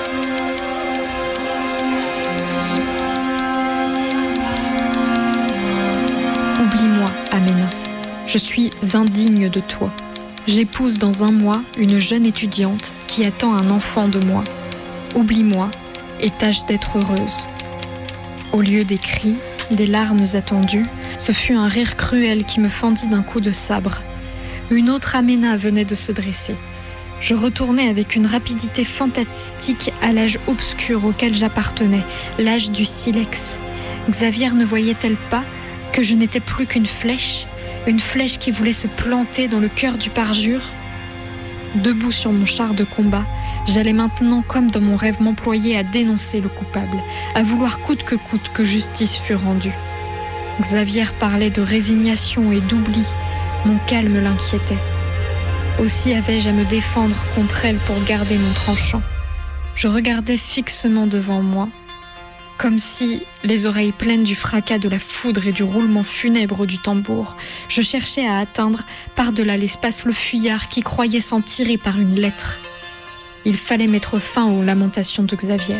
Oublie-moi, Amena. Je suis indigne de toi. J'épouse dans un mois une jeune étudiante qui attend un enfant de moi. Oublie-moi et tâche d'être heureuse. Au lieu des cris, des larmes attendues, ce fut un rire cruel qui me fendit d'un coup de sabre. Une autre Amena venait de se dresser. Je retournais avec une rapidité fantastique à l'âge obscur auquel j'appartenais, l'âge du silex. Xavier ne voyait-elle pas que je n'étais plus qu'une flèche ? Une flèche qui voulait se planter dans le cœur du parjure. Debout sur mon char de combat, j'allais maintenant, comme dans mon rêve, m'employer à dénoncer le coupable, à vouloir coûte que coûte que justice fût rendue. Xavier parlait de résignation et d'oubli. Mon calme l'inquiétait. Aussi avais-je à me défendre contre elle pour garder mon tranchant. Je regardais fixement devant moi, comme si, les oreilles pleines du fracas de la foudre et du roulement funèbre du tambour, je cherchais à atteindre par-delà l'espace le fuyard qui croyait s'en tirer par une lettre. Il fallait mettre fin aux lamentations de Xavier.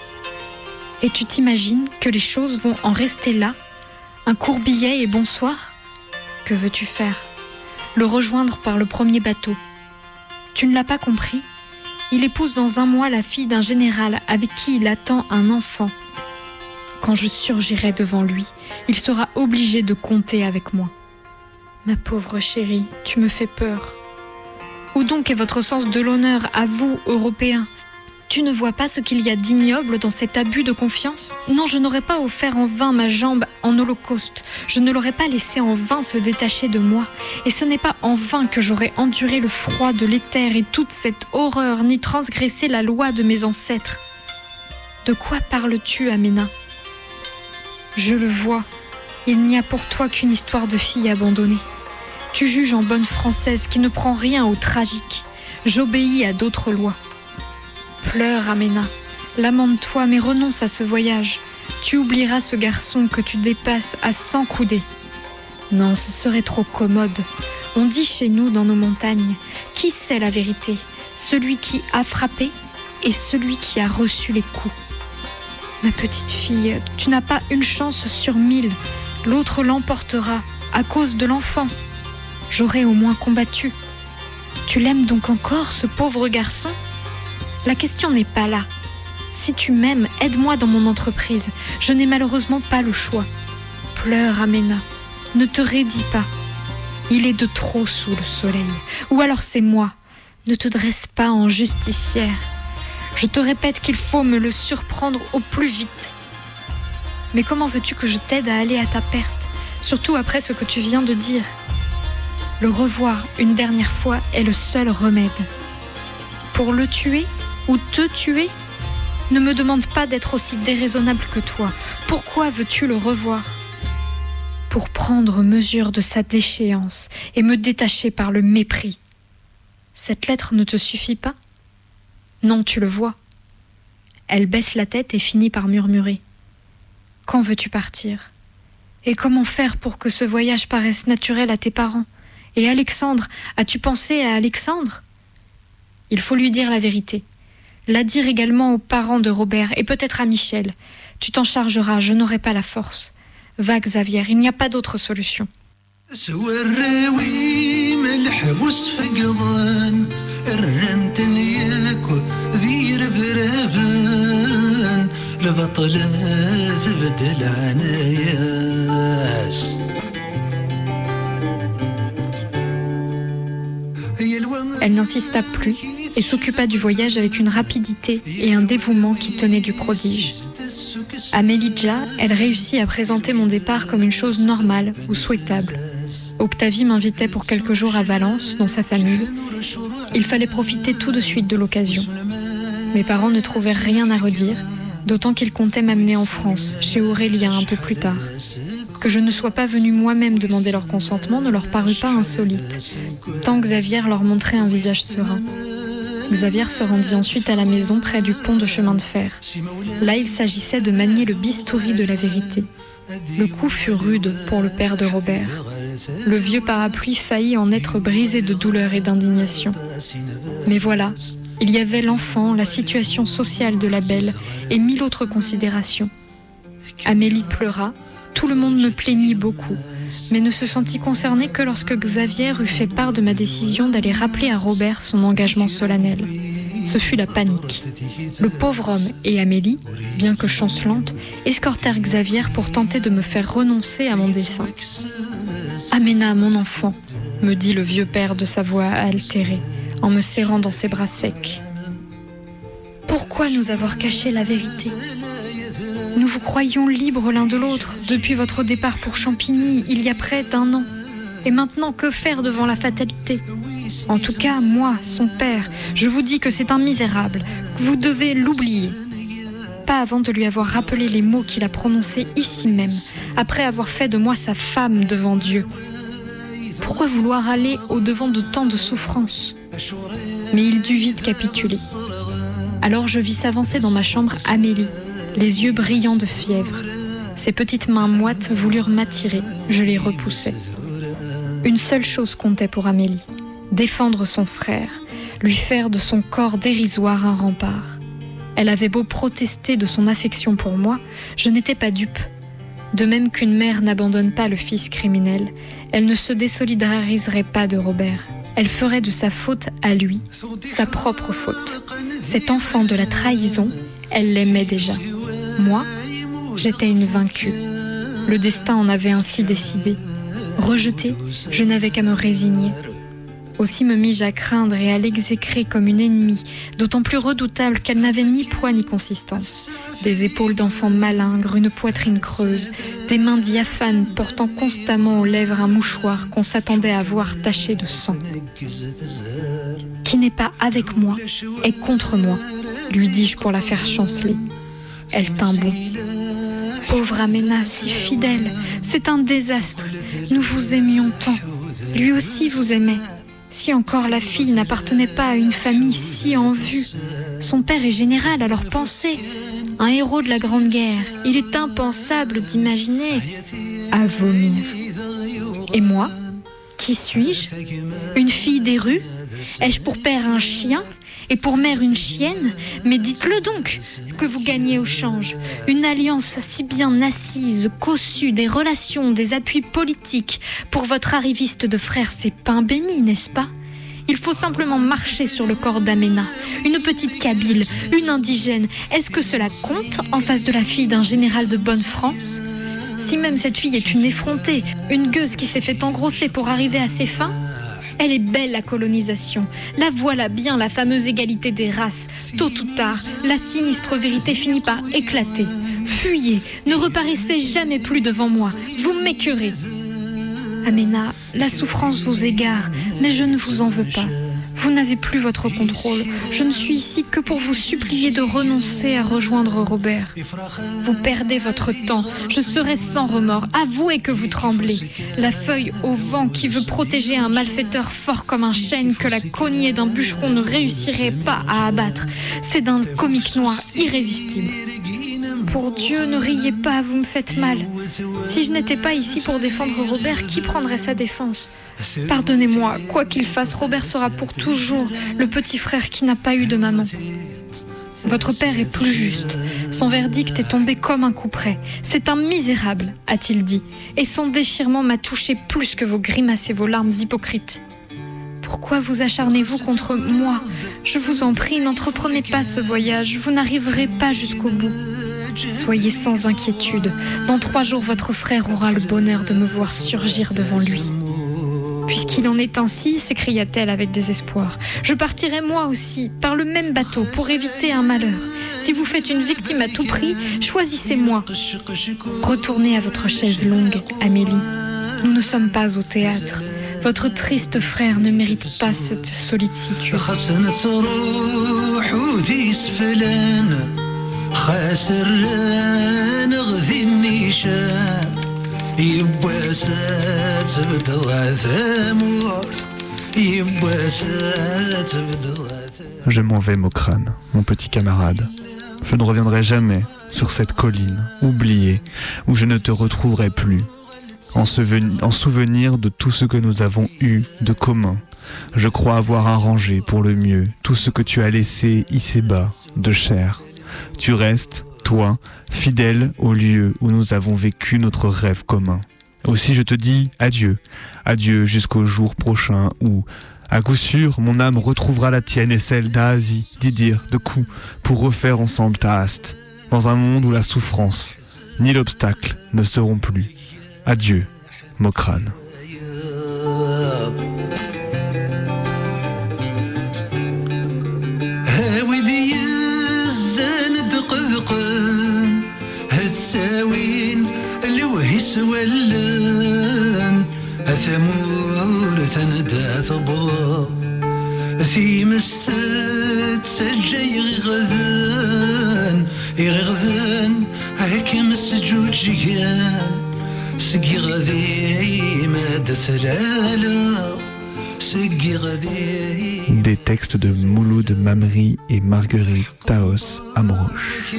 Et tu t'imagines que les choses vont en rester là ? Un court billet et bonsoir ? Que veux-tu faire ? Le rejoindre par le premier bateau. Tu ne l'as pas compris ? Il épouse dans un mois la fille d'un général avec qui il attend un enfant. Quand je surgirai devant lui, il sera obligé de compter avec moi. Ma pauvre chérie, tu me fais peur. Où donc est votre sens de l'honneur, à vous, Européens ? Tu ne vois pas ce qu'il y a d'ignoble dans cet abus de confiance ? Non, je n'aurais pas offert en vain ma jambe en holocauste. Je ne l'aurais pas laissé en vain se détacher de moi. Et ce n'est pas en vain que j'aurais enduré le froid de l'éther et toute cette horreur, ni transgressé la loi de mes ancêtres. De quoi parles-tu, Amena ? Je le vois, il n'y a pour toi qu'une histoire de fille abandonnée. Tu juges en bonne française qui ne prend rien au tragique. J'obéis à d'autres lois. Pleure, Amena, lamente-toi, mais renonce à ce voyage. Tu oublieras ce garçon que tu dépasses à cent coudées. Non, ce serait trop commode. On dit chez nous, dans nos montagnes, qui sait la vérité ? Celui qui a frappé et celui qui a reçu les coups. Ma petite fille, tu n'as pas une chance sur mille. L'autre l'emportera à cause de l'enfant. J'aurais au moins combattu. Tu l'aimes donc encore, ce pauvre garçon ? La question n'est pas là. Si tu m'aimes, aide-moi dans mon entreprise. Je n'ai malheureusement pas le choix. Pleure, Amena. Ne te raidis pas. Il est de trop sous le soleil. Ou alors c'est moi. Ne te dresse pas en justicière. Je te répète qu'il faut me le surprendre au plus vite. Mais comment veux-tu que je t'aide à aller à ta perte, surtout après ce que tu viens de dire ? Le revoir une dernière fois est le seul remède. Pour le tuer ou te tuer ? Ne me demande pas d'être aussi déraisonnable que toi. Pourquoi veux-tu le revoir ? Pour prendre mesure de sa déchéance et me détacher par le mépris. Cette lettre ne te suffit pas ? Non, tu le vois. Elle baisse la tête et finit par murmurer. Quand veux-tu partir ? Et comment faire pour que ce voyage paraisse naturel à tes parents ? Et Alexandre, as-tu pensé à Alexandre ? Il faut lui dire la vérité. la dire également aux parents de Robert et peut-être à Michel. Tu t'en chargeras, je n'aurai pas la force. Va, Xavier, il n'y a pas d'autre solution. Elle n'insista plus et s'occupa du voyage avec une rapidité et un dévouement qui tenaient du prodige. À Melilla, elle réussit à présenter mon départ comme une chose normale ou souhaitable. Octavie m'invitait pour quelques jours à Valence, dans sa famille. Il fallait profiter tout de suite de l'occasion. Mes parents ne trouvèrent rien à redire, d'autant qu'ils comptaient m'amener en France, chez Aurélien un peu plus tard. Que je ne sois pas venue moi-même demander leur consentement ne leur parut pas insolite, tant Xavier leur montrait un visage serein. Xavier se rendit ensuite à la maison près du pont de chemin de fer. Là, il s'agissait de manier le bistouri de la vérité. Le coup fut rude pour le père de Robert. Le vieux parapluie faillit en être brisé de douleur et d'indignation. Mais voilà, il y avait l'enfant, la situation sociale de la belle et mille autres considérations. Amélie pleura, tout le monde me plaignit beaucoup, mais ne se sentit concerné que lorsque Xavier eut fait part de ma décision d'aller rappeler à Robert son engagement solennel. Ce fut la panique. Le pauvre homme et Amélie, bien que chancelante, escortèrent Xavier pour tenter de me faire renoncer à mon dessein. « Aména, mon enfant », me dit le vieux père de sa voix altérée, en me serrant dans ses bras secs. « Pourquoi nous avoir caché la vérité ? Nous vous croyions libres l'un de l'autre depuis votre départ pour Champigny, il y a près d'un an. Et maintenant, que faire devant la fatalité ? En tout cas, moi, son père, je vous dis que c'est un misérable, que vous devez l'oublier. Pas avant de lui avoir rappelé les mots qu'il a prononcés ici même, après avoir fait de moi sa femme devant Dieu. Pourquoi vouloir aller au-devant de tant de souffrances ? Mais il dut vite capituler. Alors je vis s'avancer dans ma chambre Amélie, les yeux brillants de fièvre. Ses petites mains moites voulurent m'attirer, je les repoussai. Une seule chose comptait pour Amélie, défendre son frère, lui faire de son corps dérisoire un rempart. Elle avait beau protester de son affection pour moi, je n'étais pas dupe. De même qu'une mère n'abandonne pas le fils criminel, elle ne se désolidariserait pas de Robert. Elle ferait de sa faute à lui, sa propre faute. Cet enfant de la trahison, elle l'aimait déjà. Moi, j'étais une vaincue. Le destin en avait ainsi décidé. Rejetée, je n'avais qu'à me résigner. Aussi me mis-je à craindre et à l'exécrer comme une ennemie, d'autant plus redoutable qu'elle n'avait ni poids ni consistance. Des épaules d'enfant malingre, une poitrine creuse, des mains diaphanes portant constamment aux lèvres un mouchoir qu'on s'attendait à voir taché de sang. Qui n'est pas avec moi est contre moi, lui dis-je pour la faire chanceler. Elle tint bon. Pauvre Aména, si fidèle, c'est un désastre. Nous vous aimions tant. Lui aussi vous aimait. Si encore la fille n'appartenait pas à une famille si en vue. Son père est général, alors pensez. Un héros de la Grande Guerre. Il est impensable d'imaginer. À vomir. Et moi, qui suis-je ? Une fille des rues ? Ai-je pour père un chien ? Et pour mère une chienne ? Mais dites-le donc, que vous gagnez au change. Une alliance si bien assise, cossue, des relations, des appuis politiques. Pour votre arriviste de frère, c'est pain béni, n'est-ce pas ? Il faut simplement marcher sur le corps d'Aména. Une petite Kabyle, une indigène. Est-ce que cela compte en face de la fille d'un général de bonne France ? Si même cette fille est une effrontée, une gueuse qui s'est fait engrosser pour arriver à ses fins ? Elle est belle, la colonisation. La voilà bien, la fameuse égalité des races. Tôt ou tard, la sinistre vérité finit par éclater. Fuyez, ne reparaissez jamais plus devant moi. Vous m'écœurez. Aména, la souffrance vous égare, mais je ne vous en veux pas. Vous n'avez plus votre contrôle. Je ne suis ici que pour vous supplier de renoncer à rejoindre Robert. Vous perdez votre temps. Je serai sans remords. Avouez que vous tremblez. La feuille au vent qui veut protéger un malfaiteur fort comme un chêne que la cognée d'un bûcheron ne réussirait pas à abattre. C'est d'un comique noir irrésistible. pour Dieu, ne riez pas, vous me faites mal. Si je n'étais pas ici pour défendre Robert, qui prendrait sa défense ? Pardonnez-moi, quoi qu'il fasse, Robert sera pour toujours le petit frère qui n'a pas eu de maman. Votre père est plus juste. Son verdict est tombé comme un coup près. C'est un misérable, a-t-il dit, et son déchirement m'a touché plus que vos grimaces et vos larmes hypocrites. Pourquoi vous acharnez-vous contre moi ? Je vous en prie, n'entreprenez pas ce voyage, vous n'arriverez pas jusqu'au bout. Soyez sans inquiétude, dans trois jours votre frère aura le bonheur de me voir surgir devant lui. Puisqu'il en est ainsi, s'écria-t-elle avec désespoir, je partirai moi aussi, par le même bateau, pour éviter un malheur. Si vous faites une victime à tout prix, choisissez-moi. Retournez à votre chaise longue, Amélie. Nous ne sommes pas au théâtre. Votre triste frère ne mérite pas cette solitude. Je m'en vais, Mokrane, mon petit camarade. Je ne reviendrai jamais sur cette colline oubliée où je ne te retrouverai plus. En, en souvenir de tout ce que nous avons eu de commun, je crois avoir arrangé pour le mieux tout ce que tu as laissé ici-bas de cher. Tu restes, toi, fidèle au lieu où nous avons vécu notre rêve commun. Aussi je te dis adieu, adieu jusqu'au jour prochain où, à coup sûr, mon âme retrouvera la tienne et celle d'Aasi, d'Idir, de Kou, pour refaire ensemble ta haste, dans un monde où la souffrance ni l'obstacle ne seront plus. Adieu, Mokrane. في مستد سجى يغذن يغذن هيك مسجود جيان سقي غذي ما دثلالا سقي غذي. Des textes de Mouloud Mamri et Marguerite Taos Amrouche.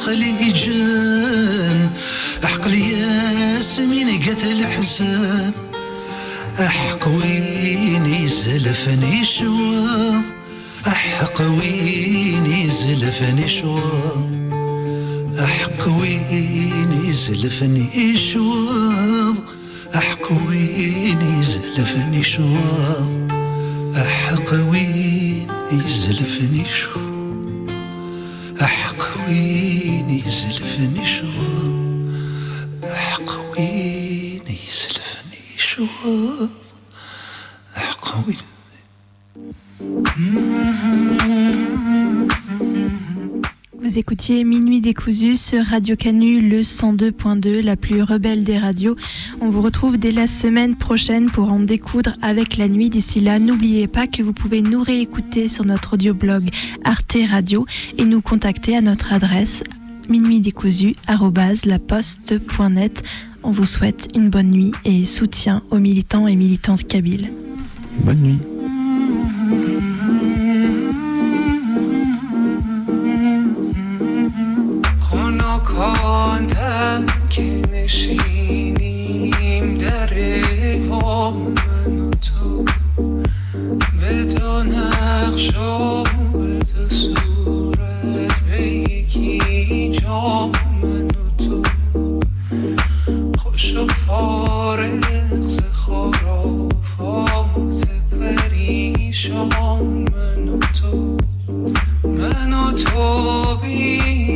خليجان عقلي ياسمين قتل حسن أحقويني زلفني شواظ أحقويني زلفني شواظ أحقويني زلفني شواظ أحقويني زلفني شواظ أحقويني زلفني شواظ أحقويني زلفني شواظ أحقويني زلفني شواظ أحقويني. Vous écoutiez Minuit décousu sur Radio Canu, le cent deux point deux, la plus rebelle des radios. On vous retrouve dès la semaine prochaine pour en découdre avec la nuit. D'ici là, n'oubliez pas que vous pouvez nous réécouter sur notre audioblog Arte Radio et nous contacter à notre adresse minuitdécousu arobase laposte point net. On vous souhaite une bonne nuit et soutien aux militants et militantes kabyles. Bonne nuit. خواندم که نشینیم در پا من و تو به دو نقش و به دو صورت به یکی جا من و تو خوش و فارغ ز خرافات پریشان من و تو من و تو بی